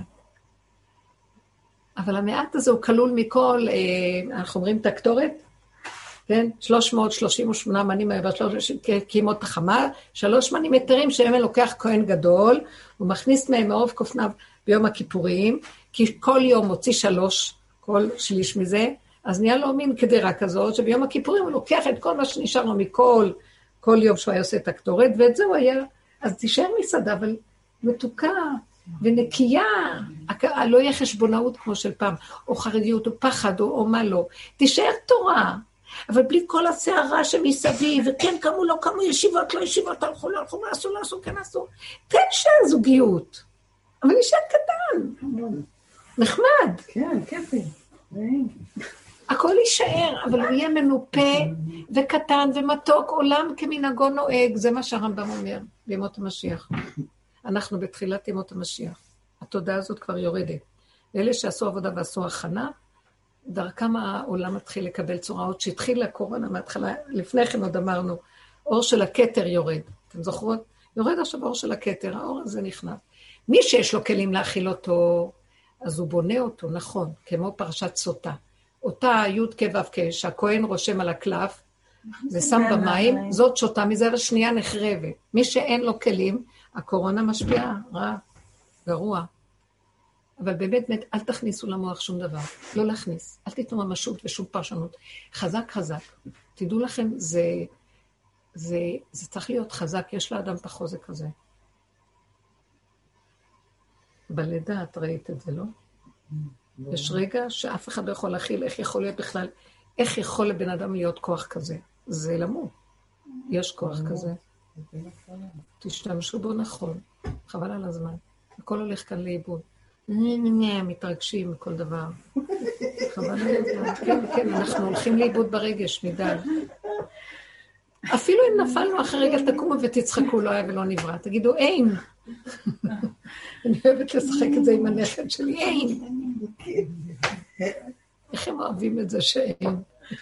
אבל המעט הזה הוא כלול מכל, אנחנו אומרים את הקטורת, כן? 338 מנים כימות החמה, 3 מנים יתרים שהם לוקח כהן גדול, הוא מכניס מהם מערוב כופניו ביום הכיפורים, כי כל יום מוציא 3, כל שליש מזה, אז נהיה לו מין קדרה כזאת, שביום הכיפורים הוא לוקח את כל מה שנשאר לו כל יום שהוא היה עושה את הקטורת, ואת זה הוא היה, אז תישאר מסעדה, אבל מתוקה ונקייה, לא יהיה חשבונאות כמו של פעם, או חרדיות, או פחד, או מה לא, תישאר תורה, אבל בלי כל הסערה שמסביב, וכן קמו, לא קמו, ישיבות, לא ישיבות, הלכו, לא הלכו, לא עשו, כן עשו, תן שהזוגיות, אבל נשאר קטן, נחמד. כן, כיפי. הכל יישאר, אבל הוא יהיה מנופה וקטן ומתוק, עולם כמנהגו נוהג, זה מה שהרמב"ם אומר בימות המשיח. אנחנו בתחילת ימות המשיח. התודעה הזאת כבר יורדת. ואלה שעשו עבודה ועשו הכנה, דרכם העולם מתחיל לקבל צורה. עוד שהתחיל הקורונה מההתחלה, לפני כן עוד אמרנו, אור של הכתר יורד. אתם זוכרות? יורד עכשיו אור של הכתר, האור הזה נכנס. מי שיש לו כלים להכיל אותו, אז הוא בונה אותו, נכון, כמו פרשת סוטה. אותה י' כ' ו' כ' שהכהן רושם על הקלף, ושם במים, זאת שותה מזה, והשנייה נחרבת. מי שאין לו כלים, הקורונה משפיעה, רע, גרוע. אבל באמת, אל תכניסו למוח שום דבר, לא להכניס. אל תיתנו ממשות ושום פרשנות. חזק, חזק. תדעו לכם, זה צריך להיות חזק, יש לאדם את החוזק הזה. בלידה את ראית את זה, לא? יש רגע שאף אחד לא יכול להכיל, איך יכול להיות בכלל, איך יכול לבן אדם להיות כוח כזה? זה למות. יש כוח כזה. תשתמשו בו נכון, חבל על הזמן. הכל הולך כאן לאיבוד. מתרגשים מכל דבר. חבל על הזמן. כן, כן, אנחנו הולכים לאיבוד ברגש, מדי. אפילו אם נפלנו אחרי רגע תקומו ותצחקו, לא היה ולא נברא. תגידו, אין. אני אוהבת לשחק את זה עם הנכד שלי, אין. איך הם אוהבים את זה שאין?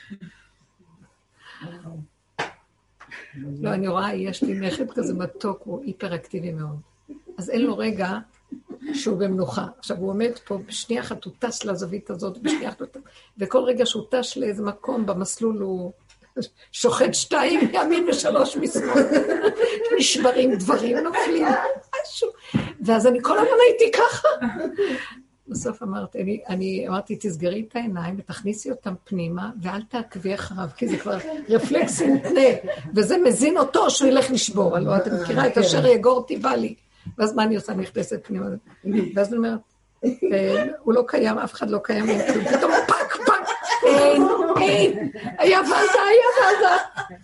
לא, אני רואה, יש לי נכד כזה מתוק, הוא היפראקטיבי מאוד. אז אין לו רגע שהוא במנוחה. עכשיו, הוא עומד פה בשנייה אחת, הוא טס לזווית הזאת, בשנייה אחת, וכל רגע שהוא טס לאיזה מקום במסלול הוא שוחט 2 ימין ו3 משמאל. נשברים דברים, נופלים, משהו. ואז אני כל הזמן הייתי ככה. בסוף אני אמרתי, תסגרי את העיניים ותכניסי אותם פנימה, ואל תעקבי אחריו, כי זה כבר רפלקס מותנה, וזה מזין אותו שהוא ילך לשבור. הלוא אתה מכירה את אשר יגור תיבא לי. ואז מה אני עושה? נכנסת פנימה. ואז אני אומרת, הוא לא קיים, אף אחד לא קיים, פתאום פק, פק, אין, היה ועדה.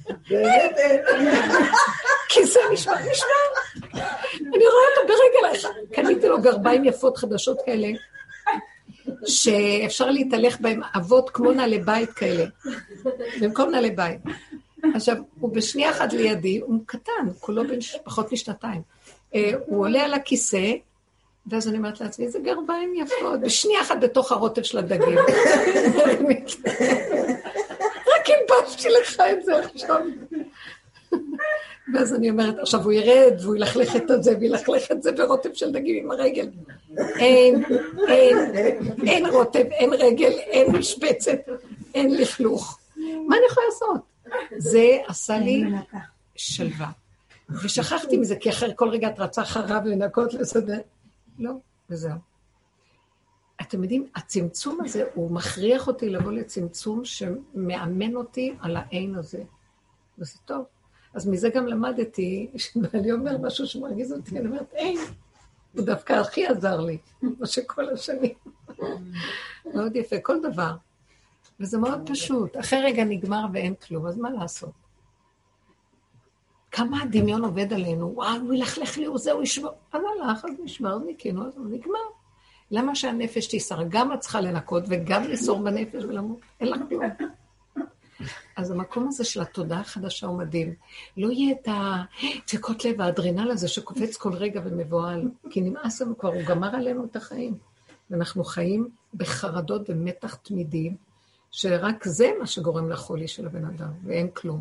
כי זה נשמע. אני רואה אותו ברגע לך. קניתי לו גרביים יפות חדשות כאלה, שאפשר להתהלך בהם אבות כמו נעלי בית כאלה, במקום נעלי בית. עכשיו, הוא בשנייה אחת לידי, הוא קטן, כולו פחות משנתיים. הוא עולה על הכיסא, ואז אני אומרת לעצמי, איזה גרביים יפות, בשנייה אחת בתוך הרוטב של הדגים. רק הלבשתי לך את זה עכשיו. ואז אני אומרת, עכשיו הוא ירד, והוא ילכלך את זה, וילכלך את זה ברוטב של דגים עם הרגל. אין רוטב, אין רגל, אין משבצת, אין לכלוך. מה אני יכולה לעשות? זה עשה לי שלווה. ושכחתי מזה, כי אחרי כל רגע את רצה חרב לנקות לסדר. לא, וזהו. אתם יודעים, הצמצום הזה, הוא מכריח אותי לבוא לצמצום שמאמן אותי על העין הזה. וזה טוב. אז מזה גם למדתי, שבעלי אומר משהו שמרגיז אותי, אני אומרת, אין. הוא דווקא הכי עזר לי, מה שכל השנים. מאוד יפה, כל דבר. וזה מאוד פשוט. אחרי רגע נגמר ואין כלום, אז מה לעשות? כמה הדמיון עובד עלינו, וואו, הוא ילכלך לי, הוא זה, הוא ישמע. אז הלך, אז נשמע, אז ניקינו, אז נגמר. למה שהנפש תיסר? גם את צריכה לנקות וגם לסור בנפש ולמות? אין לך כלום. אז המקום הזה של התודעה החדשה הוא מדהים. לא יהיה את הדפיקות לב, האדרנל הזה שקופץ כל רגע ומבועל, כי נמאס לנו כבר, הוא גמר עלינו את החיים. ואנחנו חיים בחרדות ומתח תמידים, שרק זה מה שגורם לחולי של הבן אדם, ואין כלום.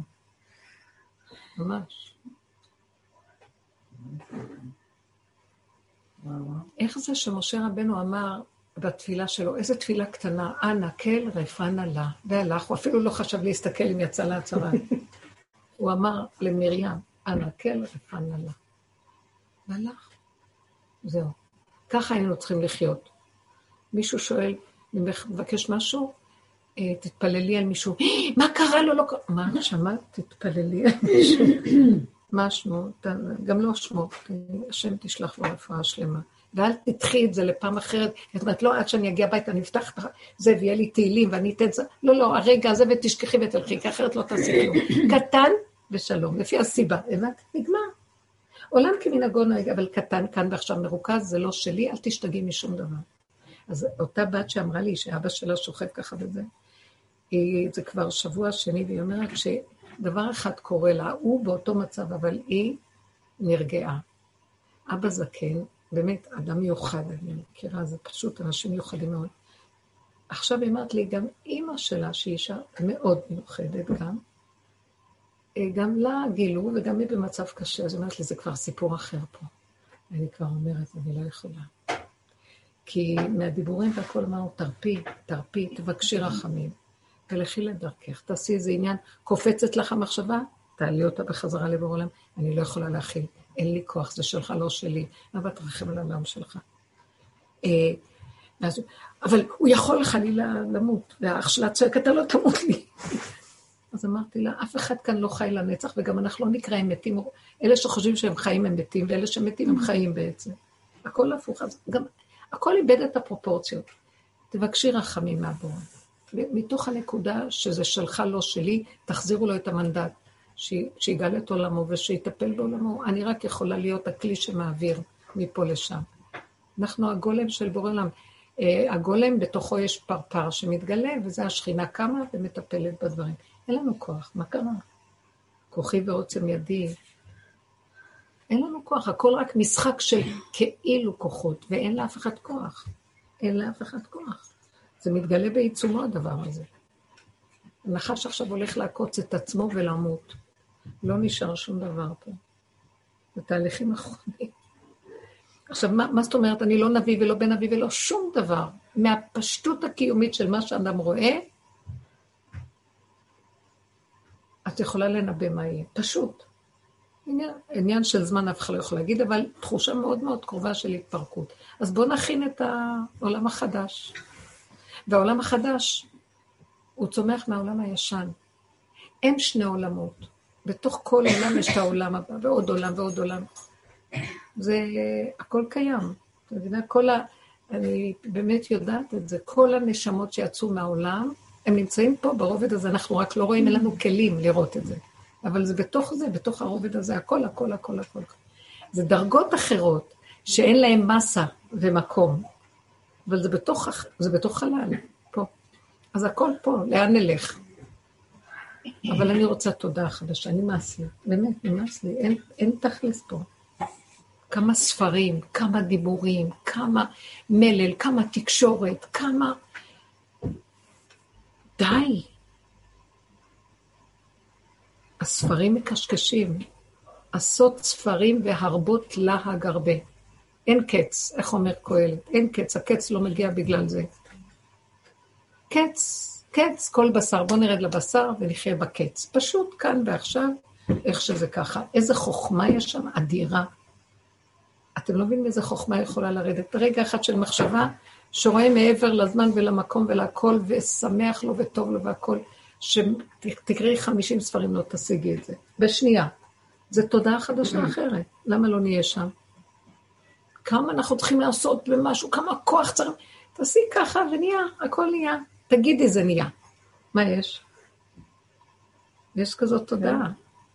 ממש. איך זה שמשה רבנו אמר בתפילה שלו, איזה תפילה קטנה, אנא כל רפנה לה, והלך, הוא אפילו לא חשב להסתכל אם יצא להצהרה. הוא אמר למרים, אנא כל רפנה לה. והלך. זהו. ככה היינו צריכים לחיות. מישהו שואל, אני מבקש משהו, תתפללי על מישהו, מה קרה לו? לא קרה. מה, שמעת? תתפללי על מישהו. מה שמו? גם לא שמו. השם תשלח לו רפואה שלמה. ואל תתחי את זה לפעם אחרת. זאת אומרת, לא, עד שאני אגיע הביתה, אני אפתח את זה, ויהיה לי תהילים, ואני אתן זה. לא, לא, הרגע הזה ותשכחי ותלכי, כי אחרת לא תעשי כלום. קטן ושלום, לפי הסיבה. הבנת? נגמר. עולם כמנהגו נוהג, אבל קטן, כאן ועכשיו מרוכז, זה לא שלי, אל תשתגעי משום דבר. אז אותה בת שאמרה לי, שאבא שלה שוכב ככה וזה, זה כבר שבוע שני, והיא אומרת שדבר אחד קורה לה, הוא באותו מצב, אבל היא נרגעה. אבא זקן, באמת, אדם מיוחד, אני מכירה, זה פשוט אנשים מיוחדים מאוד. עכשיו אמרת לי, גם אימא שלה, שהיא אישה מאוד מיוחדת גם לה גילו, וגם היא במצב קשה, אז אמרת לי, זה כבר סיפור אחר פה. אני כבר אומרת, אני לא יכולה. כי מהדיבורים והכל אמרנו, תרפי, תבקשי רחמים, ולכי לדרכך, תעשי איזה עניין, קופצת לך המחשבה, תעלי אותה בחזרה לבורא עולם, אני לא יכולה להכיל, אין לי כוח, זה שלך, לא שלי, אבל תרחם על העולם שלך. אבל הוא יכול חלילה למות, והאח שלה צועק, אתה לא תמות לי. אז אמרתי לה, אף אחד כאן לא חי לנצח, וגם אנחנו לא נקראים מתים, אלה שחושבים שהם חיים הם מתים, ואלה שמתים הם חיים בעצם. הכל הפוך, אז גם, הכל איבד את הפרופורציות. תבקשי רחמים מהבורא. מתוך הנקודה שזה שלך, לא שלי, תחזירו לו את המנדט, שיגאל את עולמו ושיטפל בעולמו. אני רק יכולה להיות הכלי שמעביר מפה לשם. אנחנו הגולם של בורא עולם. הגולם בתוכו יש פרפר שמתגלה, וזה השכינה קמה ומטפלת בדברים. אין לנו כוח, מה קרה? כוחי ועוצם ידי. אין לנו כוח, הכל רק משחק של כאילו כוחות, ואין לאף אחד כוח. אין לאף אחד כוח. זה מתגלה בעיצומו הדבר הזה. הנחש עכשיו הולך לעקוץ את עצמו ולמות. לא נשאר שום דבר פה. זה תהליכים אחרונים. עכשיו, מה זאת אומרת? אני לא נביא ולא בן נביא ולא שום דבר. מהפשטות הקיומית של מה שאדם רואה, את יכולה לנבא מה יהיה. פשוט. עניין של זמן אף אחד לא יכול להגיד, אבל תחושה מאוד מאוד קרובה של התפרקות. אז בואו נכין את העולם החדש. והעולם החדש, הוא צומח מהעולם הישן. אין שני עולמות. בתוך כל עולם יש את העולם הבא, ועוד עולם ועוד עולם. זה הכל קיים. אתה יודע, אני באמת יודעת את זה, כל הנשמות שיצאו מהעולם, הם נמצאים פה ברובד הזה, אנחנו רק לא רואים, אין לנו כלים לראות את זה. אבל זה בתוך זה, בתוך הרובד הזה, הכל. זה דרגות אחרות, שאין להם מסה ומקום, אבל זה בתוך חלל, פה. אז הכל פה, לאן נלך? אבל אני רוצה תודה חדשה, נמאס לי, באמת נמאס לי, אין תכלס פה. כמה ספרים, כמה דיבורים, כמה מלל, כמה תקשורת, כמה... די. הספרים מקשקשים, עשות ספרים והרבות להג הרבה. אין קץ, איך אומר קהלת? אין קץ, הקץ לא מגיע בגלל זה. קץ, כל בשר, בוא נרד לבשר ונחיה בקץ. פשוט כאן ועכשיו, איך שזה ככה. איזה חוכמה יש שם, אדירה. אתם לא מבינים איזה חוכמה יכולה לרדת. רגע אחד של מחשבה, שרואה מעבר לזמן ולמקום ולהכל, ושמח לו וטוב לו והכל, שתקראי 50 ספרים לא תשיגי את זה. בשנייה. זה תודעה חדשה אחרת. למה לא נהיה שם? כמה אנחנו צריכים לעשות במשהו, כמה כוח צריך... תעשי ככה ונהיה, הכל נהיה. תגידי זה נהיה. מה יש? יש כזאת תודעה.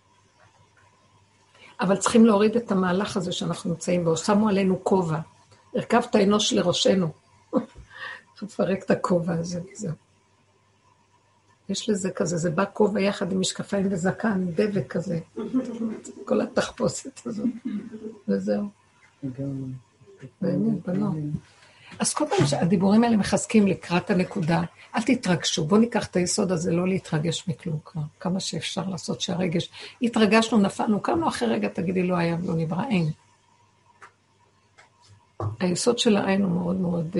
אבל צריכים להוריד את המהלך הזה שאנחנו נמצאים בו. שמו עלינו כובע. הרכבת האנוש לראשנו. תפרק את הכובע הזה וזהו. יש לזה כזה, זה בא כובע יחד עם משקפיים וזקן, דבק כזה. כל התחפושת הזאת. וזהו. באמת, בנו. אז כל פעם שהדיבורים האלה מחזקים לקראת הנקודה, אל תתרגשו, בואו ניקח את היסוד הזה, לא להתרגש מכלום כבר, כמה שאפשר לעשות שהרגש, התרגשנו, נפלנו, קמנו אחרי רגע, תגידי לא היה ולא נברא, אין. היסוד של העין הוא מאוד מאוד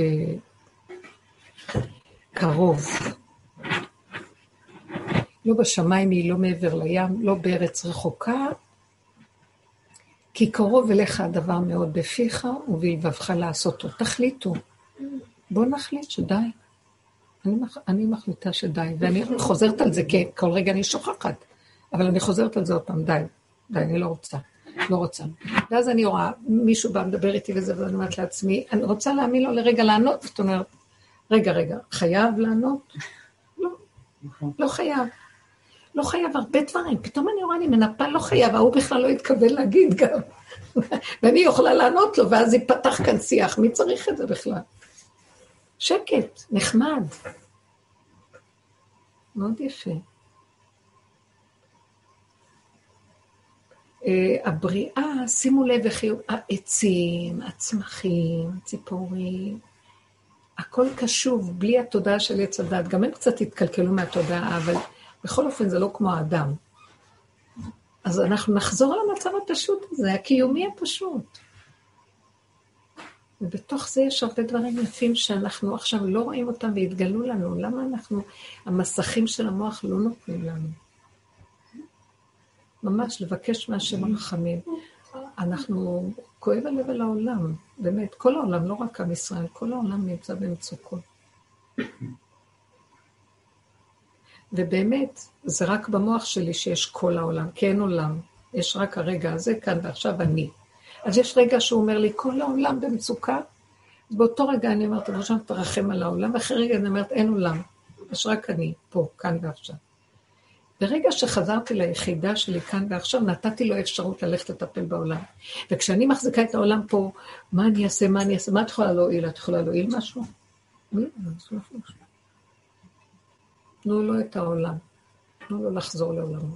קרוב. לא בשמיים היא, לא מעבר לים, לא בארץ רחוקה, כי קרוב אליך הדבר מאוד בפיך, ובלבבך לעשותו. תחליטו. בואו נחליט שדי. אני מחליטה שדי, ואני חוזרת על זה, כי כל רגע אני שוכחת, אבל אני חוזרת על זה עוד פעם, די, אני לא רוצה. ואז אני רואה, מישהו בא מדבר איתי וזה, ואני אומרת לעצמי, אני רוצה להאמין לו לרגע לענות, זאת אומרת, רגע, חייב לענות? לא חייב. לא חייב הרבה דברים, פתאום אני רואה, אני מנפה, לא חייב, הוא בכלל לא התכוון להגיד גם. ואני יכולה לענות לו, ואז ייפתח כאן שיח, מי צריך את זה בכלל? שקט, נחמד. מאוד יפה. הבריאה, שימו לב וחיוב, העצים, הצמחים, הציפורים, הכל קשוב, בלי התודעה של עץ הדת. גם הם קצת התקלקלו מהתודעה, אבל בכל אופן זה לא כמו האדם. אז אנחנו נחזור למצב הפשוט הזה, הקיומי הפשוט. ובתוך זה יש הרבה דברים יפים שאנחנו עכשיו לא רואים אותם והתגלו לנו. למה המסכים של המוח לא נותנים לנו? ממש לבקש מהשם הרחמים. אנחנו כואב הלב על העולם, באמת, כל העולם, לא רק עם ישראל, כל העולם נמצא במצוקות. ובאמת, זה רק במוח שלי שיש כל העולם, כי אין עולם. יש רק הרגע הזה כאן ועכשיו אני. אז יש רגע שהוא אומר לי, כל העולם במצוקה, באותו רגע אני אומרת, עכשיו תרחם על העולם, ואחרי רגע אני אומרת, אין עולם, יש רק אני, פה, כאן ועכשיו. ברגע שחזרתי ליחידה שלי כאן ועכשיו, נתתי לו אפשרות ללכת לטפל בעולם. וכשאני מחזיקה את העולם פה, מה אני אעשה, מה את יכולה להועיל? את יכולה להועיל משהו? תנו לו את העולם, תנו לו לחזור לעולמו.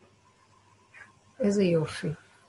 איזה יופי.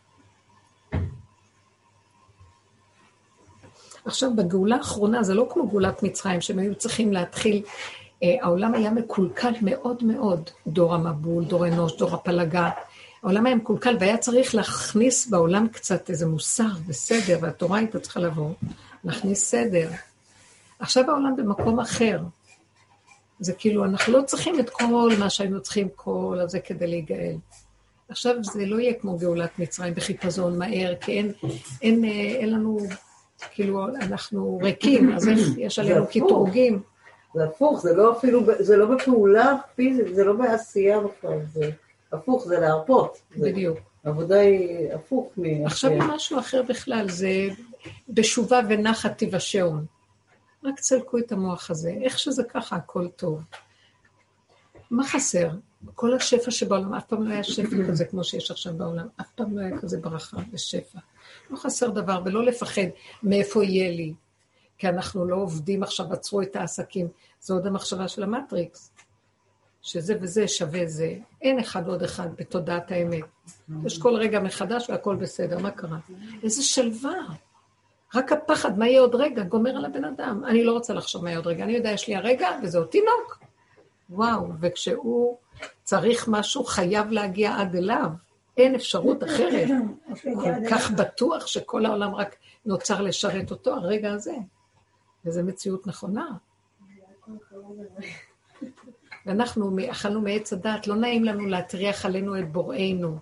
עכשיו, בגאולה האחרונה, זה לא כמו גאולת מצרים, שהם היו צריכים להתחיל, העולם היה מקולקל מאוד מאוד, דור המבול, דור אנוש, דור הפלגה, העולם היה מקולקל, והיה צריך להכניס בעולם קצת איזה מוסר וסדר, והתורה הייתה צריכה לבוא, להכניס סדר. עכשיו העולם במקום אחר, זה כאילו, אנחנו לא צריכים את כל מה שהיינו צריכים כל הזה כדי להיגאל. עכשיו זה לא יהיה כמו גאולת מצרים בחיפזון מהר, כי אין לנו, כאילו, אנחנו ריקים, אז יש עלינו קטרוגים. זה הפוך, זה לא אפילו, זה לא בפעולה פיזית, זה לא בעשייה בכלל, זה הפוך, זה להרפות. בדיוק. העבודה היא הפוך עכשיו משהו אחר בכלל, זה בשובה ונחת תיוושעון. רק צלקו את המוח הזה, איך שזה ככה, הכל טוב. מה חסר? כל השפע שבעולם, אף פעם לא היה שפע כזה כמו שיש עכשיו בעולם, אף פעם לא היה כזה ברכה ושפע. לא חסר דבר, ולא לפחד מאיפה יהיה לי, כי אנחנו לא עובדים עכשיו, עצרו את העסקים, זה עוד המחשבה של המטריקס, שזה וזה שווה זה, אין אחד עוד אחד בתודעת האמת. יש כל רגע מחדש והכל בסדר, מה קרה? איזה שלווה. רק הפחד, מה יהיה עוד רגע, גומר על הבן אדם. אני לא רוצה לחשוב מה יהיה עוד רגע, אני יודע, יש לי הרגע, וזהו תינוק. וואו, וכשהוא צריך משהו, חייב להגיע עד אליו. אין אפשרות אחרת. כל כך בטוח שכל העולם רק נוצר לשרת אותו, הרגע הזה. וזו מציאות נכונה. ואנחנו אכלנו מעץ הדעת, לא נעים לנו להטריח עלינו את בוראינו.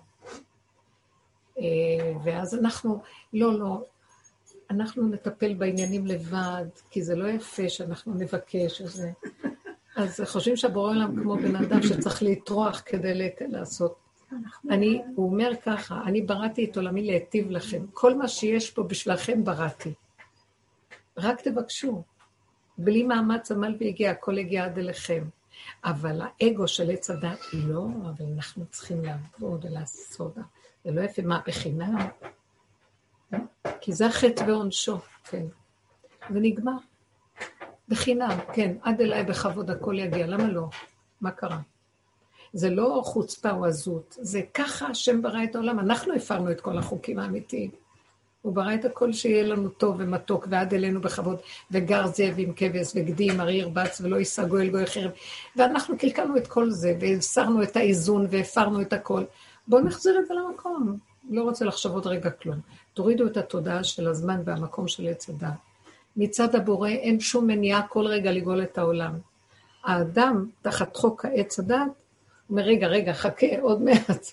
ואז אנחנו, לא, אנחנו נטפל בעניינים לבד, כי זה לא יפה שאנחנו נבקש את זה. אז חושבים שהבורא עולם כמו בן אדם שצריך להתרוח כדי לעשות. הוא אומר ככה, אני בראתי את עולמי להיטיב לכם. כל מה שיש פה בשבילכם בראתי. רק תבקשו. בלי מאמץ עמל והגיע, הכל הגיע עד אליכם. אבל האגו של עץ הדת, לא, אבל אנחנו צריכים לעבוד ולעשות. זה לא יפה, מה בחינם? כי זה החטא ועונשו, כן. ונגמר. בחינם, כן, עד אליי בכבוד הכל יגיע, למה לא? מה קרה? זה לא חוצפה או עזות, זה ככה השם ברא את העולם, אנחנו הפרנו את כל החוקים האמיתיים. הוא ברא את הכל שיהיה לנו טוב ומתוק, ועד אלינו בכבוד, וגר זאב עם כבש, וגדי עם ארי ירבץ, ולא יישא גואל גוי חרב, ואנחנו קלקלנו את כל זה, והסרנו את האיזון, והפרנו את הכל. בואו נחזיר את זה למקום. לא רוצה לחשוב עוד רגע כלום. תורידו את התודעה של הזמן והמקום של עץ הדעת. מצד הבורא אין שום מניעה כל רגע לגאול את העולם. האדם, תחת חוק העץ הדעת, אומר, רגע, חכה, עוד מעט.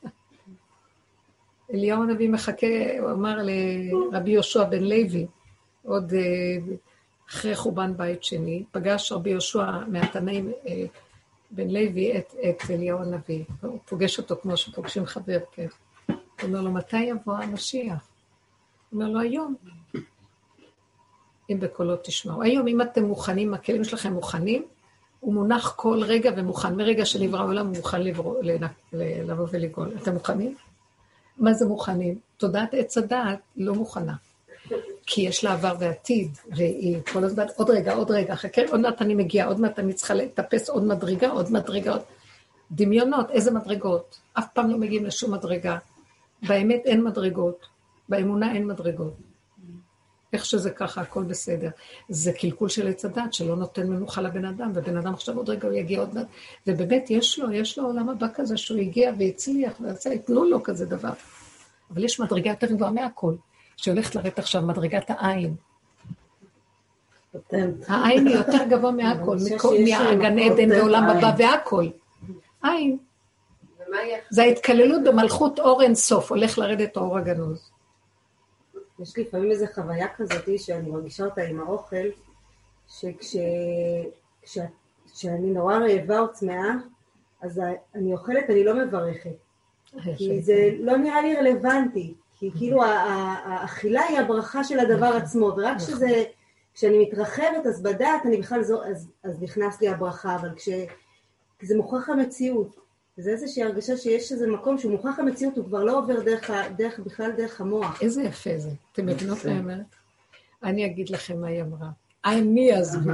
אליהו הנביא מחכה, הוא אמר לרבי יהושע בן לוי, עוד אחרי חורבן בית שני, פגש רבי יהושע מהתנאים בן לוי את אליהו הנביא, הוא פוגש אותו כמו שפוגשים חבר, כן. הוא אומר לו, מתי יבוא המשיח? הוא אומר לו, היום. אם בקולות תשמעו. היום, אם אתם מוכנים, הכלים שלכם מוכנים, הוא מונח כל רגע ומוכן. מרגע שנברא העולם, הוא מוכן לבוא ולגאול. אתם מוכנים? מה זה מוכנים? תודעת עץ הדעת לא מוכנה. כי יש לה עבר ועתיד, והיא כל הזמן, עוד רגע, חכה, עוד מעט אני מגיעה, עוד מעט אני צריכה לטפס עוד מדרגה, עוד דמיונות, איזה מדרגות? אף פעם לא מגיעים לשום מדרגה. באמת אין מדרגות, באמונה אין מדרגות. איך שזה ככה, הכל בסדר. זה קלקול של עץ הדת, שלא נותן מנוחה לבן אדם, ובן אדם עכשיו עוד רגע הוא יגיע עוד מעט, ובאמת יש לו עולם הבא כזה, שהוא הגיע והצליח, ועשה, יתנו לו כזה דבר. אבל יש מדרגה יותר גבוהה מהכל, שהולכת לרדת עכשיו, מדרגת העין. העין היא יותר גבוה מהכל, מהגן עדן ועולם הבא והכל. עין. זה ההתקללות במלכות אור אין סוף, הולך לרדת האור הגנוז. יש לי לפעמים איזו חוויה כזאת שאני מרגישה אותה עם האוכל, כשאני נורא רעבה או צמאה, אז אני אוכלת, אני לא מברכת. כי זה לא נראה לי רלוונטי, כי כאילו האכילה היא הברכה של הדבר עצמו, ורק כשאני מתרחבת אז בדעת, אני בכלל אז נכנס לי הברכה, אבל כשזה מוכרח המציאות, זה איזושהי הרגשה שיש איזה מקום שהוא מוכרח המציאות, הוא כבר לא עובר בכלל דרך המוח. איזה יפה זה. אתם מבינות מה אומרת? אני אגיד לכם מה היא אמרה. אני אסביר.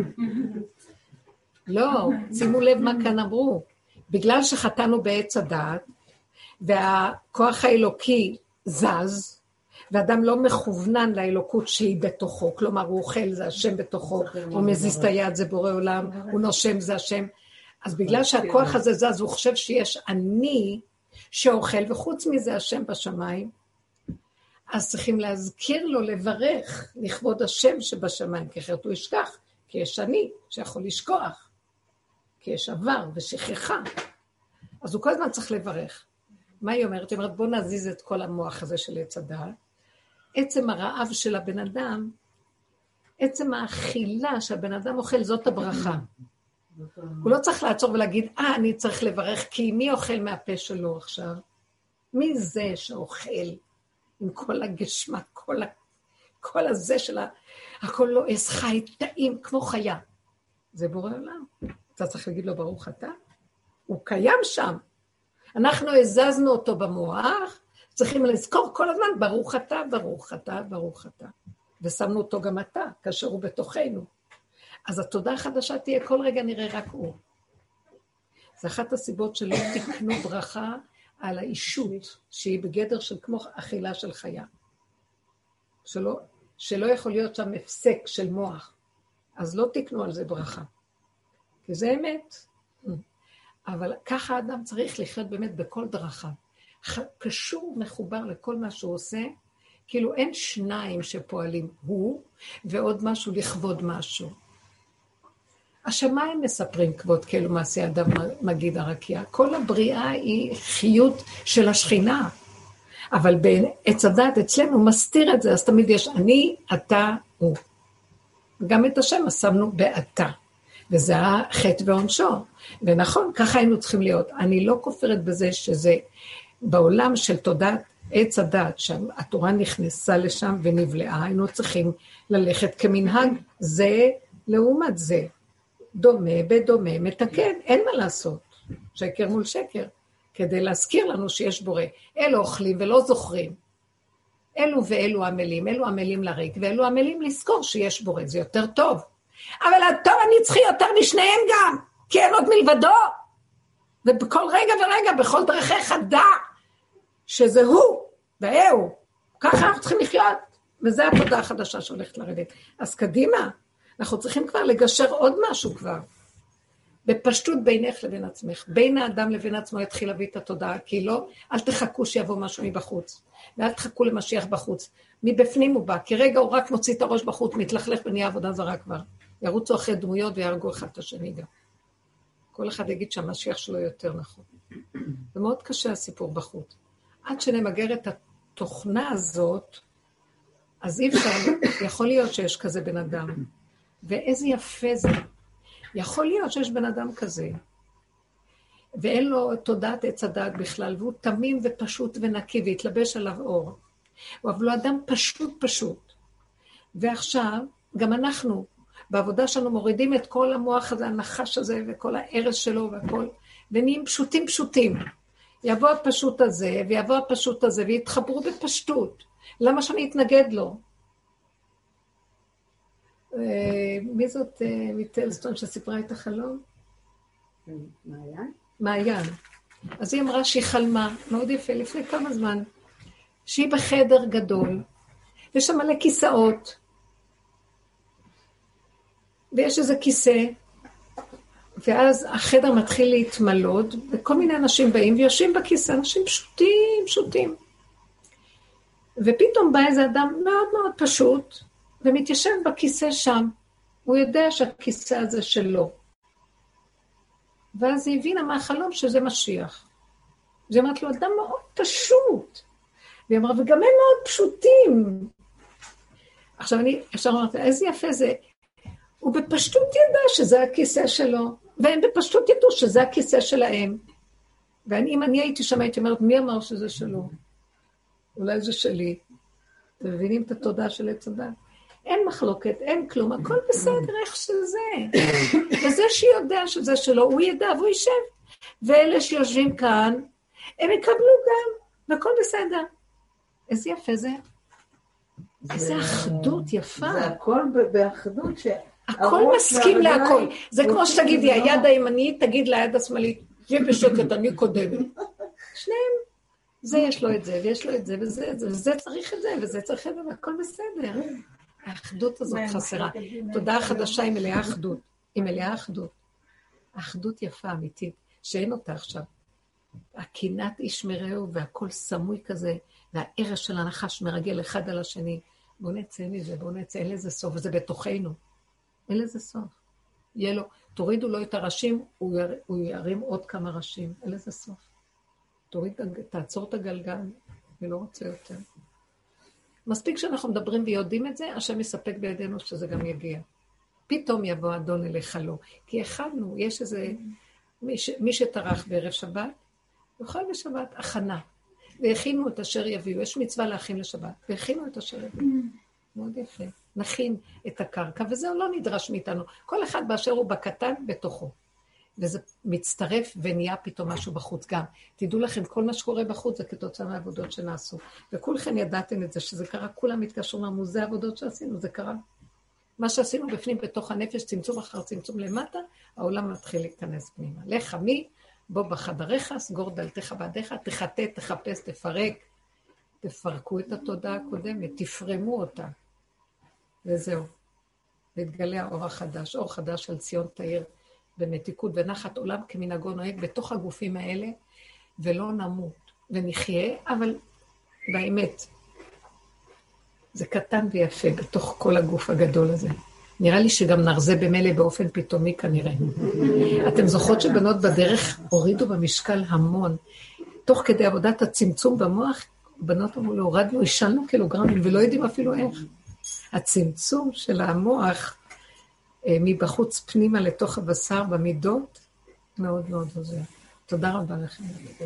לא, שימו לב מה כאן אמרו. בגלל שחטאנו בעץ הדעת, והכוח האלוקי זז, ואדם לא מכוונן לאלוקות שהיא בתוכו, כלומר הוא אוכל, זה השם בתוכו, הוא מזיז את היד, זה בורא עולם, הוא נושם, זה השם. אז בגלל שהכוח הזה זז, הוא חושב שיש אני שאוכל, וחוץ מזה השם בשמיים, אז צריכים להזכיר לו לברך לכבוד השם שבשמיים, כי אחרת הוא ישכח, כי יש אני שיכול לשכוח, כי יש עבר ושכחה. אז הוא כל הזמן צריך לברך. מה היא אומרת? היא אומרת, בוא נזיז את כל המוח הזה של עץ הדעת. עצם הרעב של הבן אדם, עצם האכילה שהבן אדם אוכל, זאת הברכה. הוא לא צריך לעצור ולהגיד, אני צריך לברך, כי מי אוכל מהפה שלו עכשיו? מי זה שאוכל עם כל הגשמה, כל הזה של הכל לא חי, טעים, כמו חיה. זה בורא עולם. אתה צריך להגיד לו, ברוך אתה. הוא קיים שם. אנחנו הזזנו אותו במוח, צריכים לזכור כל הזמן, ברוך אתה, ברוך אתה, ברוך אתה. ושמנו אותו גם אתה, כאשר הוא בתוכנו. אז התודה החדשה תהיה, כל רגע נראה רק הוא. זה אחת הסיבות שלא תקנו ברכה על האישות, שהיא בגדר של כמו אכילה של חיה. שלא יכול להיות שם הפסק של מוח. אז לא תקנו על זה ברכה. כי זה אמת. אבל ככה האדם צריך לחיות באמת בכל דרכה. קשור מחובר לכל מה שהוא עושה, כאילו אין שניים שפועלים, הוא ועוד משהו לכבוד משהו. השמיים מספרים כבוד כאילו מעשי אדם מגיד הרקיע. כל הבריאה היא חיות של השכינה. אבל בעץ הדת אצלנו מסתיר את זה, אז תמיד יש אני, אתה, הוא. וגם את השם שמנו באתה. וזה החטא ועונשו. ונכון, ככה היינו צריכים להיות. אני לא כופרת בזה שזה בעולם של תודעת עץ הדת, שהתורה נכנסה לשם ונבלעה, היינו צריכים ללכת כמנהג זה לעומת זה. דומה בדומה מתקן, אין מה לעשות. שקר מול שקר, כדי להזכיר לנו שיש בורא. אלו אוכלים ולא זוכרים. אלו ואלו עמלים, אלו עמלים לריק, ואלו עמלים לזכור שיש בורא, זה יותר טוב. אבל הטוב הנצחי יותר משניהם גם, כי אין עוד מלבדו. ובכל רגע ורגע, בכל דרכיך דע, שזה הוא, והוא. ככה אנחנו צריכים לחיות. וזה התודה החדשה שהולכת לרדת. אז קדימה, אנחנו צריכים כבר לגשר עוד משהו כבר. בפשטות בינך לבין עצמך. בין האדם לבין עצמו יתחיל להביא את התודעה, כי לא, אל תחכו שיבוא משהו מבחוץ. ואל תחכו למשיח בחוץ. מבפנים הוא בא, כי רגע הוא רק מוציא את הראש בחוץ, מתלכלך ונהיה עבודה זרה כבר. ירוצו אחרי דמויות ויהרגו אחד את השני גם. כל אחד יגיד שהמשיח שלו יותר נכון. זה מאוד קשה הסיפור בחוץ. עד שנמגר את התוכנה הזאת, אז אי אפשר, יכול להיות שיש כזה בן אדם. ואיזה יפה זה. יכול להיות שיש בן אדם כזה, ואין לו תודעת עץ הדעת בכלל, והוא תמים ופשוט ונקי, והתלבש עליו אור. אבל הוא אדם פשוט. ועכשיו, גם אנחנו, בעבודה שלנו מורידים את כל המוח הזה, הנחש הזה, וכל הערס שלו והכל, ונהיים פשוטים. יבוא הפשוט הזה, ויבוא הפשוט הזה, ויתחברו בפשטות. למה שאני אתנגד לו? מי זאת מטלסטון שסיפרה את החלום? מעיין. מעיין. אז היא אמרה שהיא חלמה, מאוד יפה, לפני כמה זמן, שהיא בחדר גדול, יש שם מלא כיסאות, ויש איזה כיסא, ואז החדר מתחיל להתמלות, וכל מיני אנשים באים ויושבים בכיסא, אנשים פשוטים. ופתאום בא איזה אדם מאוד מאוד פשוט, ומתיישב בכיסא שם. הוא יודע שהכיסא הזה שלו. ואז היא הבינה מהחלום שזה משיח. היא אמרת לו, אדם מאוד פשוט. והיא אמרה, וגם הם מאוד פשוטים. עכשיו אני ישר אמרתי, איזה יפה זה. הוא בפשטות ידע שזה הכיסא שלו, והם בפשטות ידעו שזה הכיסא שלהם. אם אני הייתי שם, הייתי אומרת, מי אמר שזה שלו? אולי זה שלי. אתם מבינים את התודעה של עץ הדת? אין מחלוקת, אין כלום, הכל בסדר, איך שזה. וזה שיודע שזה שלו, הוא ידע והוא יישב. ואלה שיושבים כאן, הם יקבלו גם, והכל בסדר. איזה יפה זה. איזה אחדות יפה. זה הכל באחדות הכל מסכים להכל. זה כמו שתגידי, היד הימנית תגיד ליד השמאלית, תהיה בשקט, אני קודמת. שניהם, זה יש לו את זה, ויש לו את זה, וזה צריך את זה, וזה צריך את זה, והכל בסדר. האחדות הזאת חסרה. תודה החדשה היא מלאה אחדות. היא מלאה אחדות. אחדות יפה, אמיתית, שאין אותה עכשיו. הקינת איש מרעהו, והכל סמוי כזה, והערש של הנחש מרגל אחד על השני. בואו נצא מזה, בואו נצא, אין לזה סוף, וזה בתוכנו. אין לזה סוף. יהיה לו, תורידו לו את הראשים, הוא ירים עוד כמה ראשים. אין לזה סוף. תעצור את הגלגל, אני לא רוצה יותר. מספיק שאנחנו מדברים ויודעים את זה, השם יספק בידינו שזה גם יגיע. פתאום יבוא אדון אליך לא. כי הכנו, יש איזה, מי שטרח בערב שבת, יוכל בשבת הכנה. והכינו את אשר יביאו, יש מצווה להכין לשבת, והכינו את אשר יביאו. מאוד יפה. נכין את הקרקע, וזהו לא נדרש מאיתנו. כל אחד באשר הוא בקטן בתוכו. וזה מצטרף ונהיה פתאום משהו בחוץ גם. תדעו לכם, כל מה שקורה בחוץ זה כתוצאה מהעבודות שנעשו. וכולכם ידעתם את זה, שזה קרה, כולם התקשרו ואמרו, זה העבודות שעשינו, זה קרה. מה שעשינו בפנים, בתוך הנפש, צמצום אחר צמצום למטה, העולם מתחיל להיכנס פנימה. לך מי, בוא בחדריך, סגור דלתך בעדיך, תחטא, תחפש, תפרק, תפרקו את התודעה הקודמת, תפרמו אותה. וזהו. והתגלה האור החדש, אור חדש על ציון תאיר, במתיקות ונחת עולם כמנהגו נוהג בתוך הגופים האלה, ולא נמות ונחיה, אבל באמת, זה קטן ויפה בתוך כל הגוף הגדול הזה. נראה לי שגם נרזה במלא באופן פתאומי כנראה. אתם זוכרות שבנות בדרך הורידו במשקל המון, תוך כדי עבודת הצמצום במוח, בנות אמרו לו, הורדנו, השלנו קילוגרמים, ולא יודעים אפילו איך. הצמצום של המוח, מבחוץ פנימה לתוך הבשר במידות, מאוד מאוד עוזר. תודה רבה לכם.